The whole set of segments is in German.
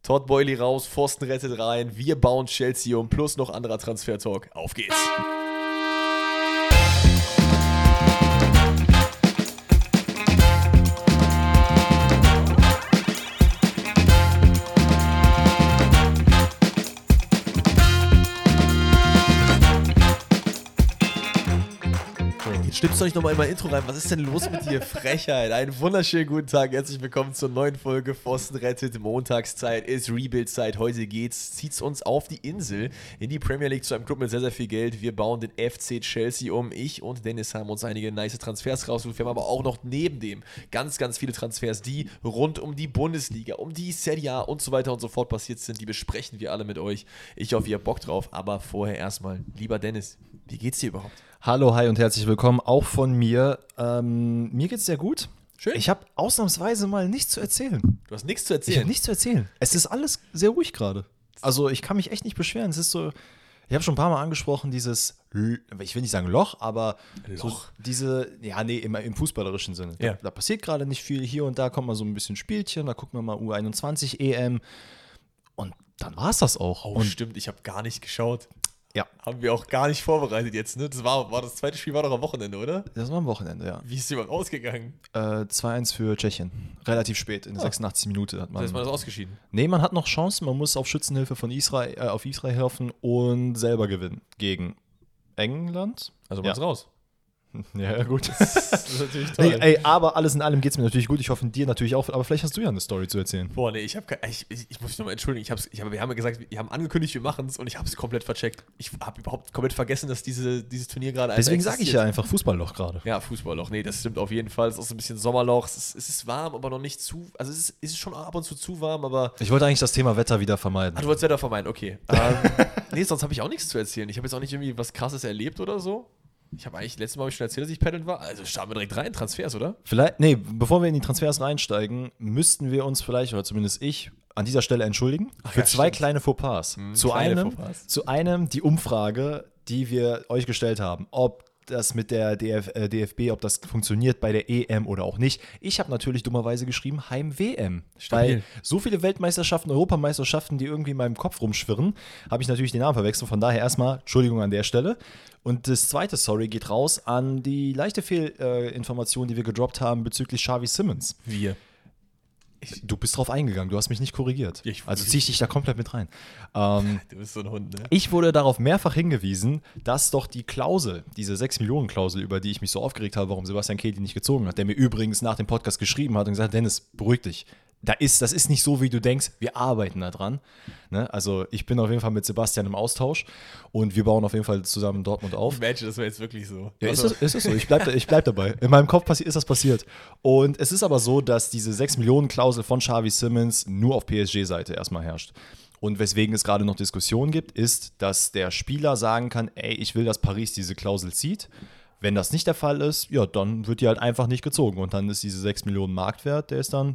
Todd Boehly raus, Pfosten rettet rein, wir bauen Chelsea um, plus noch anderer Transfer-Talk. Auf geht's! Stimmst du nicht nochmal in mein Intro rein? Was ist denn los mit dir? Frechheit. Einen wunderschönen guten Tag. Herzlich willkommen zur neuen Folge Pfosten rettet. Montagszeit ist Rebuild-Zeit. Heute zieht's uns auf die Insel in die Premier League zu einem Club mit sehr, sehr viel Geld. Wir bauen den FC Chelsea um. Ich und Dennis haben uns einige nice Transfers rausgesucht. Wir haben aber auch noch neben dem ganz, ganz viele Transfers, die rund um die Bundesliga, um die Serie A und so weiter und so fort passiert sind. Die besprechen wir alle mit euch. Ich hoffe, ihr habt Bock drauf. Aber vorher erstmal, lieber Dennis, wie geht's dir überhaupt? Hallo, hi und herzlich willkommen, auch von mir. Mir geht's sehr gut. Schön. Ich habe ausnahmsweise mal nichts zu erzählen. Du hast nichts zu erzählen? Ich habe nichts zu erzählen. Es ist alles sehr ruhig gerade. Also ich kann mich echt nicht beschweren. Es ist so, ich habe schon ein paar Mal angesprochen, dieses, ich will nicht sagen Loch, aber so diese, im fußballerischen Sinne. Ja. Da passiert gerade nicht viel. Hier und da kommt mal so ein bisschen Spielchen, da gucken wir mal U21 EM und dann war es das auch. Oh, und stimmt, ich habe gar nicht geschaut. Ja. Haben wir auch gar nicht vorbereitet jetzt, ne? Das zweite Spiel war doch am Wochenende, oder? Das war am Wochenende, ja. Wie ist es überhaupt ausgegangen? 2-1 für Tschechien. Relativ spät, in der 86. Minute hat man. Ist man das ausgeschieden? Nee, man hat noch Chancen, man muss auf Schützenhilfe von Israel, auf Israel hoffen und selber gewinnen. Gegen England. Also man ist raus. Ja, gut. Das ist natürlich toll. Nee, aber alles in allem geht es mir natürlich gut. Ich hoffe, dir natürlich auch. Aber vielleicht hast du ja eine Story zu erzählen. Boah, nee, ich muss mich nochmal entschuldigen. Wir haben ja gesagt, wir haben angekündigt, wir machen es und ich habe es komplett vercheckt. Ich habe überhaupt komplett vergessen, dass dieses Turnier gerade Deswegen sage ich ja einfach Fußballloch gerade. Ja, Fußballloch. Nee, das stimmt auf jeden Fall. Es ist auch so ein bisschen Sommerloch. Es ist warm, aber noch nicht zu. Also es ist schon ab und zu warm, aber. Ich wollte eigentlich das Thema Wetter wieder vermeiden. Ah, du wolltest Wetter vermeiden, okay. Nee, sonst habe ich auch nichts zu erzählen. Ich habe jetzt auch nicht irgendwie was Krasses erlebt oder so. Ich habe eigentlich letztes Mal schon erzählt, dass ich paddeln war. Also starten wir direkt rein, Transfers, oder? Bevor wir in die Transfers reinsteigen, müssten wir uns vielleicht, oder zumindest ich, an dieser Stelle entschuldigen für zwei kleine Fauxpas. Zu einem die Umfrage, die wir euch gestellt haben, ob das mit der DFB, ob das funktioniert bei der EM oder auch nicht. Ich habe natürlich dummerweise geschrieben Heim-WM. Weil so viele Weltmeisterschaften, Europameisterschaften, die irgendwie in meinem Kopf rumschwirren, habe ich natürlich den Namen verwechselt. Von daher erstmal Entschuldigung an der Stelle. Und das zweite Sorry geht raus an die leichte Fehlinformation, die wir gedroppt haben bezüglich Xavi Simons. Du bist drauf eingegangen, du hast mich nicht korrigiert. Also ziehe ich dich da komplett mit rein. Du bist so ein Hund, ne? Ich wurde darauf mehrfach hingewiesen, dass doch die Klausel, diese 6-Millionen-Klausel, über die ich mich so aufgeregt habe, warum Sebastian Kehl die nicht gezogen hat, der mir übrigens nach dem Podcast geschrieben hat und gesagt, Dennis, beruhig dich. Das ist nicht so, wie du denkst, wir arbeiten da dran. Ne? Also ich bin auf jeden Fall mit Sebastian im Austausch und wir bauen auf jeden Fall zusammen Dortmund auf. Imagine, das wäre jetzt wirklich so. Ja, ist das so? Ich bleib dabei. In meinem Kopf ist das passiert. Und es ist aber so, dass diese 6-Millionen-Klausel von Xavi Simons nur auf PSG-Seite erstmal herrscht. Und weswegen es gerade noch Diskussionen gibt, ist, dass der Spieler sagen kann, ey, ich will, dass Paris diese Klausel zieht. Wenn das nicht der Fall ist, ja, dann wird die halt einfach nicht gezogen. Und dann ist diese 6 Millionen Marktwert, der ist dann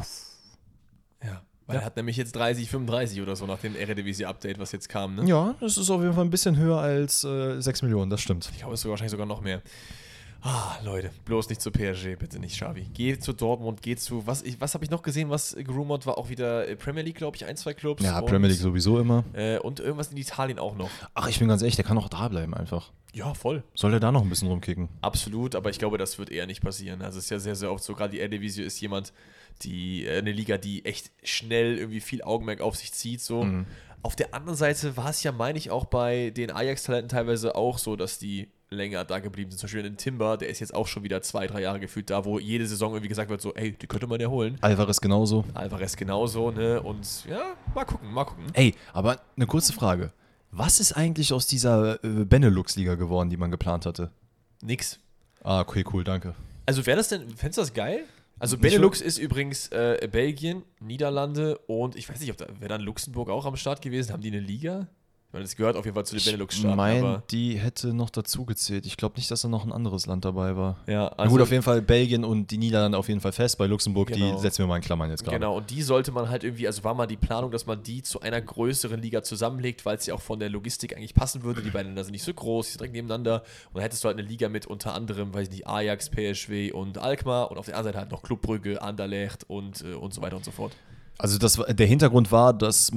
ja, weil er hat nämlich jetzt 30, 35 oder so nach dem Eredivisie-Update, was jetzt kam, ne? Ja, das ist auf jeden Fall ein bisschen höher als 6 Millionen, das stimmt. Ich glaube, es ist wahrscheinlich sogar noch mehr. Leute, bloß nicht zu PSG, bitte nicht, Xavi. Geh zu Dortmund, was habe ich noch gesehen, was gerumort war? Auch wieder Premier League, glaube ich, 1, 2 Clubs. Ja, Premier League sowieso immer. Und irgendwas in Italien auch noch. Ach, ich bin ganz ehrlich, der kann auch da bleiben einfach. Ja, voll. Soll der da noch ein bisschen rumkicken? Absolut, aber ich glaube, das wird eher nicht passieren. Also es ist ja sehr, sehr oft so, gerade die Eredivisie ist eine Liga, die echt schnell irgendwie viel Augenmerk auf sich zieht, so. Mhm. Auf der anderen Seite war es ja, meine ich, auch bei den Ajax-Talenten teilweise auch so, dass die länger da geblieben sind. Zum Beispiel in Timber, der ist jetzt auch schon wieder 2, 3 Jahre gefühlt da, wo jede Saison irgendwie gesagt wird, so, ey, die könnte man ja holen. Alvarez genauso, ne? Und ja, mal gucken. Ey, aber eine kurze Frage. Was ist eigentlich aus dieser Benelux-Liga geworden, die man geplant hatte? Nix. Okay, cool, danke. Also fändest du das geil? Also Benelux ist übrigens Belgien, Niederlande und ich weiß nicht, wäre dann Luxemburg auch am Start gewesen? Haben die eine Liga? Ich meine, das gehört auf jeden Fall zu den Benelux-Staaten. Ich meine, die hätte noch dazu gezählt. Ich glaube nicht, dass da noch ein anderes Land dabei war. Ja, also gut, auf jeden Fall Belgien und die Niederlande auf jeden Fall fest. Bei Luxemburg, genau. Die setzen wir mal in Klammern jetzt gerade. Genau, und die sollte man halt irgendwie, also war mal die Planung, dass man die zu einer größeren Liga zusammenlegt, weil es ja auch von der Logistik eigentlich passen würde. Die beiden Länder sind nicht so groß, die sind direkt nebeneinander. Und dann hättest du halt eine Liga mit unter anderem, weiß ich nicht, Ajax, PSV und Alkmaar und auf der anderen Seite halt noch Club Brügge, Anderlecht und so weiter und so fort. Also der Hintergrund war, dass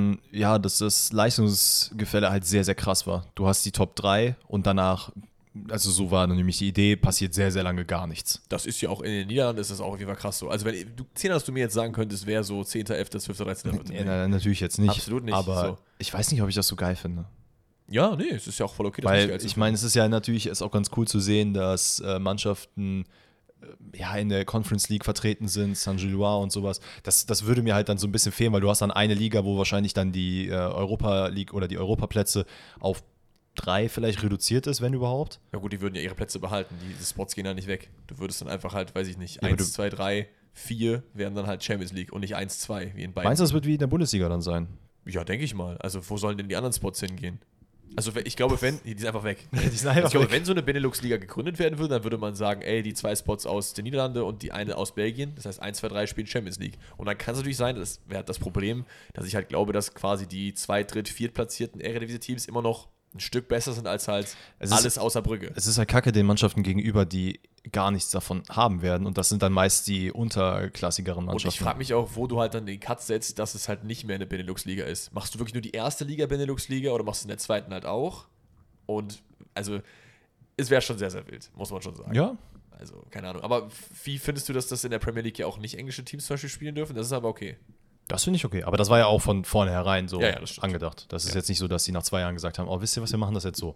das Leistungsgefälle halt sehr, sehr krass war. Du hast die Top 3 und danach, also so war dann nämlich die Idee, passiert sehr, sehr lange gar nichts. Das ist ja auch in den Niederlanden, ist das auch auf jeden Fall krass so. Also wenn du 10, dass du mir jetzt sagen könntest, wäre so 10., 11., 12., 13. Natürlich jetzt nicht. Absolut nicht. Aber so. Ich weiß nicht, ob ich das so geil finde. Ja, nee, es ist ja auch voll okay. Weil ich meine, es ist ja natürlich auch ganz cool zu sehen, dass Mannschaften in der Conference League vertreten sind, Saint-Gilloise und sowas. Das würde mir halt dann so ein bisschen fehlen, weil du hast dann eine Liga, wo wahrscheinlich dann die Europa League oder die Europaplätze auf 3 vielleicht reduziert ist, wenn überhaupt. Ja gut, die würden ja ihre Plätze behalten. Die Spots gehen ja nicht weg. Du würdest dann einfach halt, weiß ich nicht, 1, 2, 3, 4 wären dann halt Champions League und nicht 1, 2 wie in Bayern. Meinst du, das wird wie in der Bundesliga dann sein? Ja, denke ich mal. Also wo sollen denn die anderen Spots hingehen? Also ich glaube, die sind einfach weg. Die sind einfach weg. Wenn so eine Benelux-Liga gegründet werden würde, dann würde man sagen, ey, die 2 Spots aus den Niederlanden und die eine aus Belgien, das heißt 1, 2, 3 spielen Champions League. Und dann kann es natürlich sein, das wäre das Problem, dass ich halt glaube, dass quasi die 2., 3., 4. platzierten Eredivisie-Teams immer noch ein Stück besser sind als halt alles außer Brügge. Es ist halt kacke den Mannschaften gegenüber, die gar nichts davon haben werden. Und das sind dann meist die unterklassigeren Mannschaften. Und ich frage mich auch, wo du halt dann den Cut setzt, dass es halt nicht mehr eine Benelux-Liga ist. Machst du wirklich nur die erste Liga Benelux-Liga oder machst du in der zweiten halt auch? Und also, es wäre schon sehr, sehr wild, muss man schon sagen. Ja. Also, keine Ahnung. Aber wie findest du, dass das in der Premier League ja auch nicht englische Teams zum Beispiel spielen dürfen? Das ist aber okay. Das finde ich okay. Aber das war ja auch von vornherein so das angedacht. Das ist jetzt nicht so, dass sie nach 2 Jahren gesagt haben, oh, wisst ihr was, wir machen das jetzt so.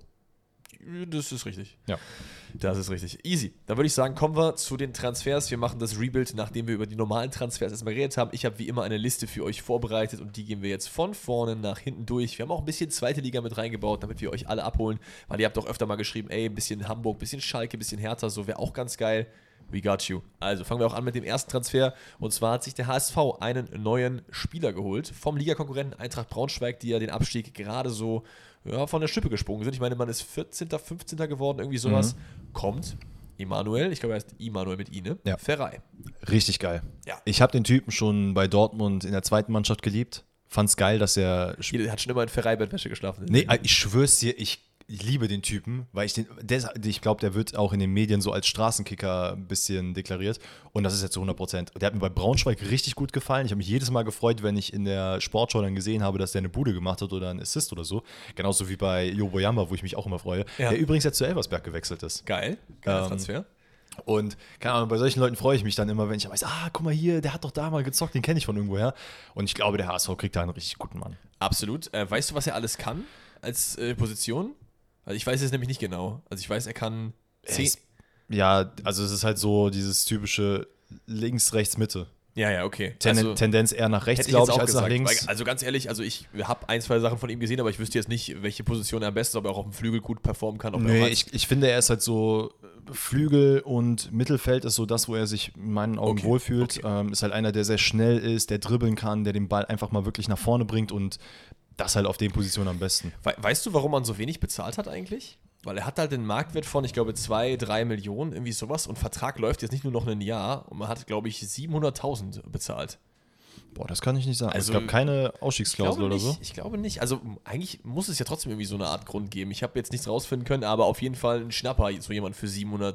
Das ist richtig. Ja. Das ist richtig. Easy. Dann würde ich sagen, kommen wir zu den Transfers. Wir machen das Rebuild, nachdem wir über die normalen Transfers erstmal geredet haben. Ich habe wie immer eine Liste für euch vorbereitet und die gehen wir jetzt von vorne nach hinten durch. Wir haben auch ein bisschen zweite Liga mit reingebaut, damit wir euch alle abholen, weil ihr habt auch öfter mal geschrieben, ey, ein bisschen Hamburg, ein bisschen Schalke, ein bisschen Hertha, so wäre auch ganz geil. We got you. Also fangen wir auch an mit dem ersten Transfer. Und zwar hat sich der HSV einen neuen Spieler geholt vom Ligakonkurrenten Eintracht Braunschweig, die ja den Abstieg gerade so von der Schippe gesprungen sind. Ich meine, man ist 14., 15. geworden, irgendwie sowas. Kommt Immanuel, ich glaube, er heißt Immanuel mit I, ne? Ja. Ferrei. Richtig geil. Ja. Ich habe den Typen schon bei Dortmund in der zweiten Mannschaft geliebt. Fand's geil, dass er... Der hat schon immer in Ferrei-Bettwäsche geschlafen. Nee, ich schwör's dir, ich liebe den Typen, weil ich glaube, der wird auch in den Medien so als Straßenkicker ein bisschen deklariert und das ist jetzt zu 100%. Der hat mir bei Braunschweig richtig gut gefallen. Ich habe mich jedes Mal gefreut, wenn ich in der Sportschau dann gesehen habe, dass der eine Bude gemacht hat oder einen Assist oder so. Genauso wie bei Jobo Jamba, wo ich mich auch immer freue. Ja. Der übrigens jetzt zu Elversberg gewechselt ist. Geil. Geiler Transfer. Und keine Ahnung, bei solchen Leuten freue ich mich dann immer, wenn ich weiß, guck mal hier, der hat doch da mal gezockt, den kenne ich von irgendwoher. Und ich glaube, der HSV kriegt da einen richtig guten Mann. Absolut. Weißt du, was er alles kann als Position? Also ich weiß es nämlich nicht genau. Also ich weiß, er kann 10. Ja, also es ist halt so dieses typische links, rechts, Mitte. Ja, okay. Tendenz eher nach rechts, glaube ich, als nach links. Also ganz ehrlich, also ich habe 1, 2 Sachen von ihm gesehen, aber ich wüsste jetzt nicht, welche Position er am besten, ob er auch auf dem Flügel gut performen kann. Ich finde, er ist halt so, Flügel und Mittelfeld ist so das, wo er sich in meinen Augen wohlfühlt. Okay. Ist halt einer, der sehr schnell ist, der dribbeln kann, der den Ball einfach mal wirklich nach vorne bringt und das halt auf den Positionen am besten. Weißt du, warum man so wenig bezahlt hat eigentlich? Weil er hat halt den Marktwert von, ich glaube, 2, 3 Millionen, irgendwie sowas. Und Vertrag läuft jetzt nicht nur noch ein Jahr. Und man hat, glaube ich, 700.000 bezahlt. Boah, das kann ich nicht sagen. Also, es gab keine Ausstiegsklausel oder so? Ich glaube nicht. Also eigentlich muss es ja trotzdem irgendwie so eine Art Grund geben. Ich habe jetzt nichts rausfinden können, aber auf jeden Fall ein Schnapper, so jemand für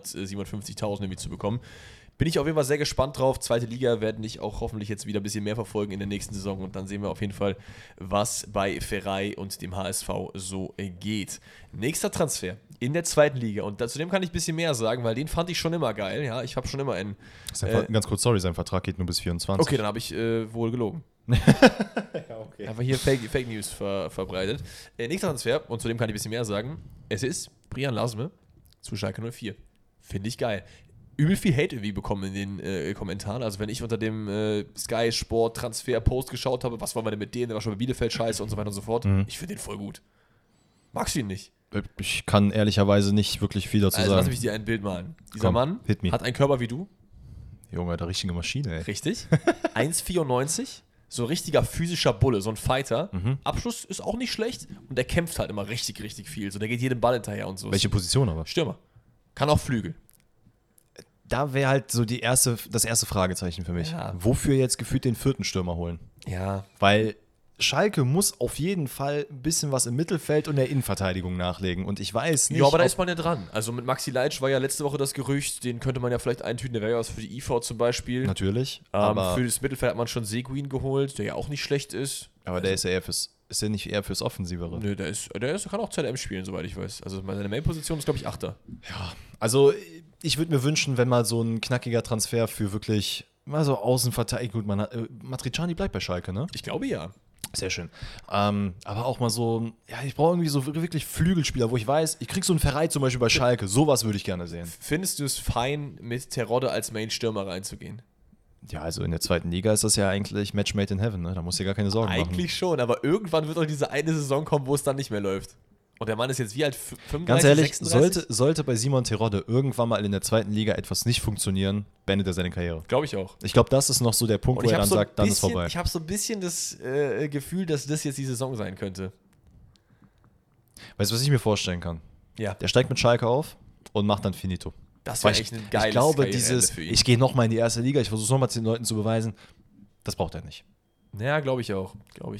750.000 irgendwie zu bekommen. Bin ich auf jeden Fall sehr gespannt drauf. Zweite Liga werden ich auch hoffentlich jetzt wieder ein bisschen mehr verfolgen in der nächsten Saison. Und dann sehen wir auf jeden Fall, was bei Ferrei und dem HSV so geht. Nächster Transfer in der zweiten Liga. Und zu dem kann ich ein bisschen mehr sagen, weil den fand ich schon immer geil. Ja, ich habe schon immer ganz kurz, sorry, sein Vertrag geht nur bis 24. Okay, dann habe ich wohl gelogen. Ja, okay. Einfach hier Fake News verbreitet. Nächster Transfer, und zu dem kann ich ein bisschen mehr sagen. Es ist Brian Lasme zu Schalke 04. Finde ich geil. Übel viel Hate irgendwie bekommen in den Kommentaren. Also wenn ich unter dem Sky Sport Transfer Post geschaut habe, was wollen wir denn mit denen, der war schon bei Bielefeld scheiße und so weiter und so fort. Ich finde den voll gut. Magst du ihn nicht? Ich kann ehrlicherweise nicht wirklich viel dazu sagen. Lass mich dir ein Bild malen. Dieser Mann hat einen Körper wie du. Junge, der richtige Maschine, ey. Richtig. 1,94. So ein richtiger physischer Bulle, so ein Fighter. Abschluss ist auch nicht schlecht und der kämpft halt immer richtig, richtig viel. So, der geht jedem Ball hinterher und so. Welche Position aber? Stürmer. Kann auch Flügel. Da wäre halt so das erste Fragezeichen für mich. Ja. Wofür jetzt gefühlt den 4. Stürmer holen? Ja. Weil Schalke muss auf jeden Fall ein bisschen was im Mittelfeld und der Innenverteidigung nachlegen. Und ich weiß nicht. Ja, aber da ist man ja dran. Also mit Maxi Leitsch war ja letzte Woche das Gerücht, den könnte man ja vielleicht eintüten, der wäre ja was für die IV zum Beispiel. Natürlich. Aber für das Mittelfeld hat man schon Seguin geholt, der ja auch nicht schlecht ist. Aber der ist ja ist der nicht eher fürs Offensivere? Nö, der kann auch ZM spielen, soweit ich weiß. Also seine Main-Position ist, glaube ich, Achter. Ja, also ich würde mir wünschen, wenn mal so ein knackiger Transfer für wirklich mal so Außenverteidigung, gut, Matriciani bleibt bei Schalke, ne? Ich glaube ja. Sehr schön. Aber auch mal so, ja, ich brauche irgendwie so wirklich Flügelspieler, wo ich weiß, ich krieg so einen Ferrei zum Beispiel bei Schalke. Sowas würde ich gerne sehen. Findest du es fein, mit Terodde als Main-Stürmer reinzugehen? Ja, also in der zweiten Liga ist das ja eigentlich Match made in heaven, ne? Da musst du dir gar keine Sorgen machen. Eigentlich schon, aber irgendwann wird doch diese eine Saison kommen, wo es dann nicht mehr läuft. Und der Mann ist jetzt wie alt? 35, Ganz ehrlich, 36? sollte bei Simon Terodde irgendwann mal in der zweiten Liga etwas nicht funktionieren, beendet er seine Karriere. Glaube ich auch. Ich glaube, das ist noch so der Punkt, wo er dann sagt, dann ist vorbei. Ich habe so ein bisschen das Gefühl, dass das jetzt die Saison sein könnte. Weißt du, was ich mir vorstellen kann? Ja. Der steigt mit Schalke auf und macht dann Finito. Das wäre echt ein geiles Ich glaube, Karriereende für ihn. ich gehe nochmal in die erste Liga, ich versuche es nochmal 10 Leuten zu beweisen, das braucht er nicht. Ja, glaube ich auch.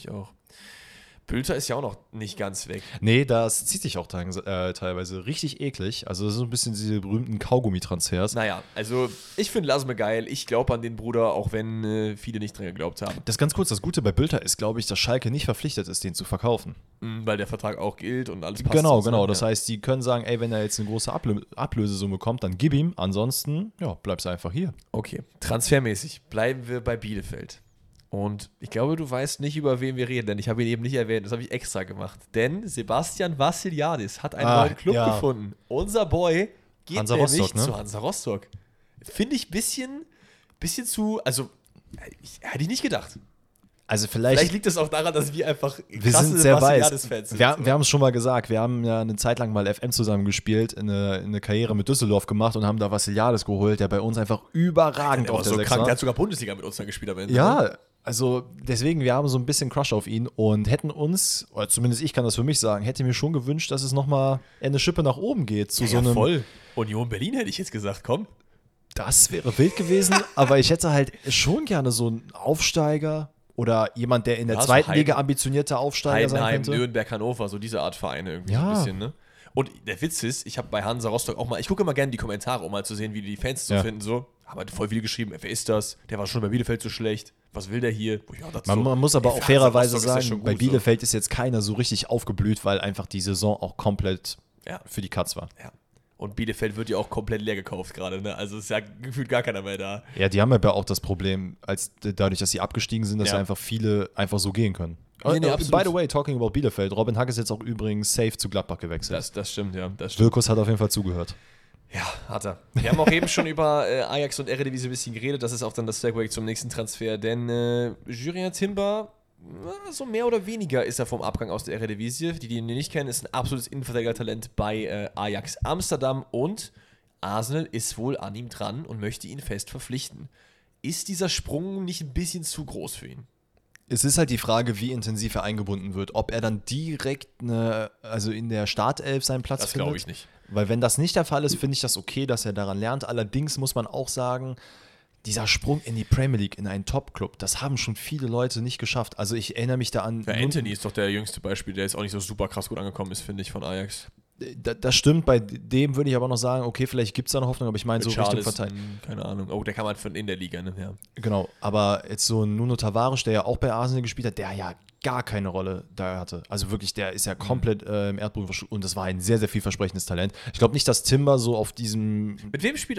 Bülter ist ja auch noch nicht ganz weg. Nee, das zieht sich auch teilweise richtig eklig. Also das ist so ein bisschen diese berühmten Kaugummi-Transfers. Naja, also ich finde Lasme geil. Ich glaube an den Bruder, auch wenn viele nicht dran geglaubt haben. Das ganz kurz, das Gute bei Bülter ist, glaube ich, dass Schalke nicht verpflichtet ist, den zu verkaufen. Weil der Vertrag auch gilt und alles passt. Genau. Das heißt, die können sagen, ey, wenn er jetzt eine große Ablösesumme kommt, dann gib ihm. Ansonsten, ja, bleibst du einfach hier. Okay, transfermäßig bleiben wir bei Bielefeld. Und ich glaube, du weißt nicht, über wen wir reden, denn ich habe ihn eben nicht erwähnt. Das habe ich extra gemacht. Denn Sebastian Vassiliadis hat einen neuen Club gefunden. Unser Boy geht Hansa nämlich Rostock, ne? zu Hansa Rostock. Finde ich ein bisschen zu, also hätte ich nicht gedacht. Also vielleicht liegt es auch daran, dass wir einfach wir sind sehr weiß. Fans sind. Wir haben es schon mal gesagt, wir haben ja eine Zeit lang mal FM zusammen gespielt, eine Karriere mit Düsseldorf gemacht und haben da Vassiliadis geholt, der bei uns einfach überragend auf der so 6 krank, war. der hat sogar Bundesliga mit uns dann gespielt am Ende. Ja, ne? also deswegen, wir haben so ein bisschen Crush auf ihn und hätten uns, oder zumindest ich kann das für mich sagen, hätte mir schon gewünscht, dass es nochmal eine Schippe nach oben geht. Zu so einem, voll. Union Berlin hätte ich jetzt gesagt, komm. Das wäre wild gewesen, aber ich hätte halt schon gerne so einen Aufsteiger oder jemand, der in der zweiten Liga ambitionierter Aufsteiger sein Heidenheim, könnte. Nürnberg, Hannover, so diese Art Vereine irgendwie Ja. so ein bisschen, ne? Und der Witz ist, ich habe bei Hansa Rostock auch mal, ich gucke immer gerne die Kommentare, um mal zu sehen, wie die Fans so finden, so. Haben halt voll viel geschrieben, wer ist das? Der war schon bei Bielefeld so schlecht. Was will der hier? Man muss aber auch fairerweise sagen, gut, bei Bielefeld ist jetzt keiner so richtig aufgeblüht, weil einfach die Saison auch komplett für die Katz war. Ja. Und Bielefeld wird ja auch komplett leer gekauft gerade, ne? Also ist ja gefühlt gar keiner mehr da. Ja, die haben ja auch das Problem, dadurch, dass sie abgestiegen sind, dass einfach viele einfach so gehen können. Nee, By the way, talking about Bielefeld, Robin Hack ist jetzt auch übrigens safe zu Gladbach gewechselt. Das stimmt, ja. Wilkus hat auf jeden Fall zugehört. Ja, hat er. Wir haben auch eben schon über Ajax und Eredivisie ein bisschen geredet. Das ist auch dann das Segway zum nächsten Transfer. Denn Jurien Timber, so mehr oder weniger ist er vom Abgang aus der Eredivisie. Die ihn nicht kennen, ist ein absolutes Innenverteidiger-Talent bei Ajax Amsterdam. Und Arsenal ist wohl an ihm dran und möchte ihn fest verpflichten. Ist dieser Sprung nicht ein bisschen zu groß für ihn? Es ist halt die Frage, wie intensiv er eingebunden wird. Ob er dann direkt also in der Startelf seinen Platz findet. Das glaube ich nicht. Weil wenn das nicht der Fall ist, finde ich das okay, dass er daran lernt. Allerdings muss man auch sagen, dieser Sprung in die Premier League, in einen Top-Club, das haben schon viele Leute nicht geschafft. Also ich erinnere mich da an... Ja, Anthony ist doch der jüngste Beispiel, der jetzt auch nicht so super krass gut angekommen ist, finde ich, von Ajax. Das stimmt, bei dem würde ich aber noch sagen, okay, vielleicht gibt es da eine Hoffnung, aber ich meine so Richtung Verteidigung. Keine Ahnung. Oh, der kam halt von in der Liga, ne? Ja. Genau, aber jetzt so ein Nuno Tavares, der ja auch bei Arsenal gespielt hat, der ja gar keine Rolle da hatte. Also wirklich, der ist ja komplett im Erdboden verschwunden und das war ein sehr, sehr vielversprechendes Talent. Ich glaube nicht, dass Timber so auf diesem... Mit wem spielt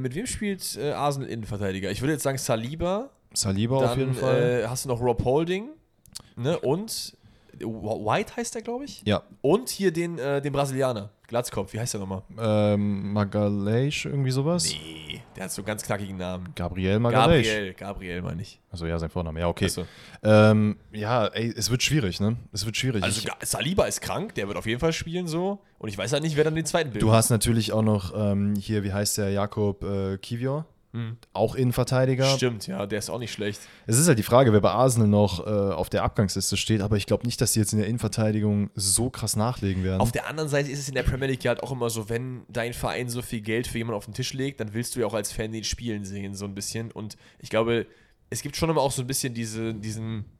Arsenal Innenverteidiger? Ich würde jetzt sagen Saliba. Dann, auf jeden Fall. Hast du noch Rob Holding, ne? Und White heißt der, glaube ich. Ja. Und hier den Brasilianer, Glatzkopf, wie heißt der nochmal? Magalhães, irgendwie sowas? Nee, der hat so einen ganz knackigen Namen. Gabriel Magalhães. Gabriel meine ich. Also ja, sein Vorname. Ja, okay. Also. Ja, ey, es wird schwierig, ne? Es wird schwierig. Also Saliba ist krank, der wird auf jeden Fall spielen so. Und ich weiß halt nicht, wer dann den zweiten bildet. Du hast natürlich auch noch hier, wie heißt der, Jakob Kiwior? Auch Innenverteidiger. Stimmt, ja, der ist auch nicht schlecht. Es ist halt die Frage, wer bei Arsenal noch auf der Abgangsliste steht, aber ich glaube nicht, dass die jetzt in der Innenverteidigung so krass nachlegen werden. Auf der anderen Seite ist es in der Premier League ja halt auch immer so, wenn dein Verein so viel Geld für jemanden auf den Tisch legt, dann willst du ja auch als Fan den spielen sehen, so ein bisschen. Und ich glaube, es gibt schon immer auch so ein bisschen diesen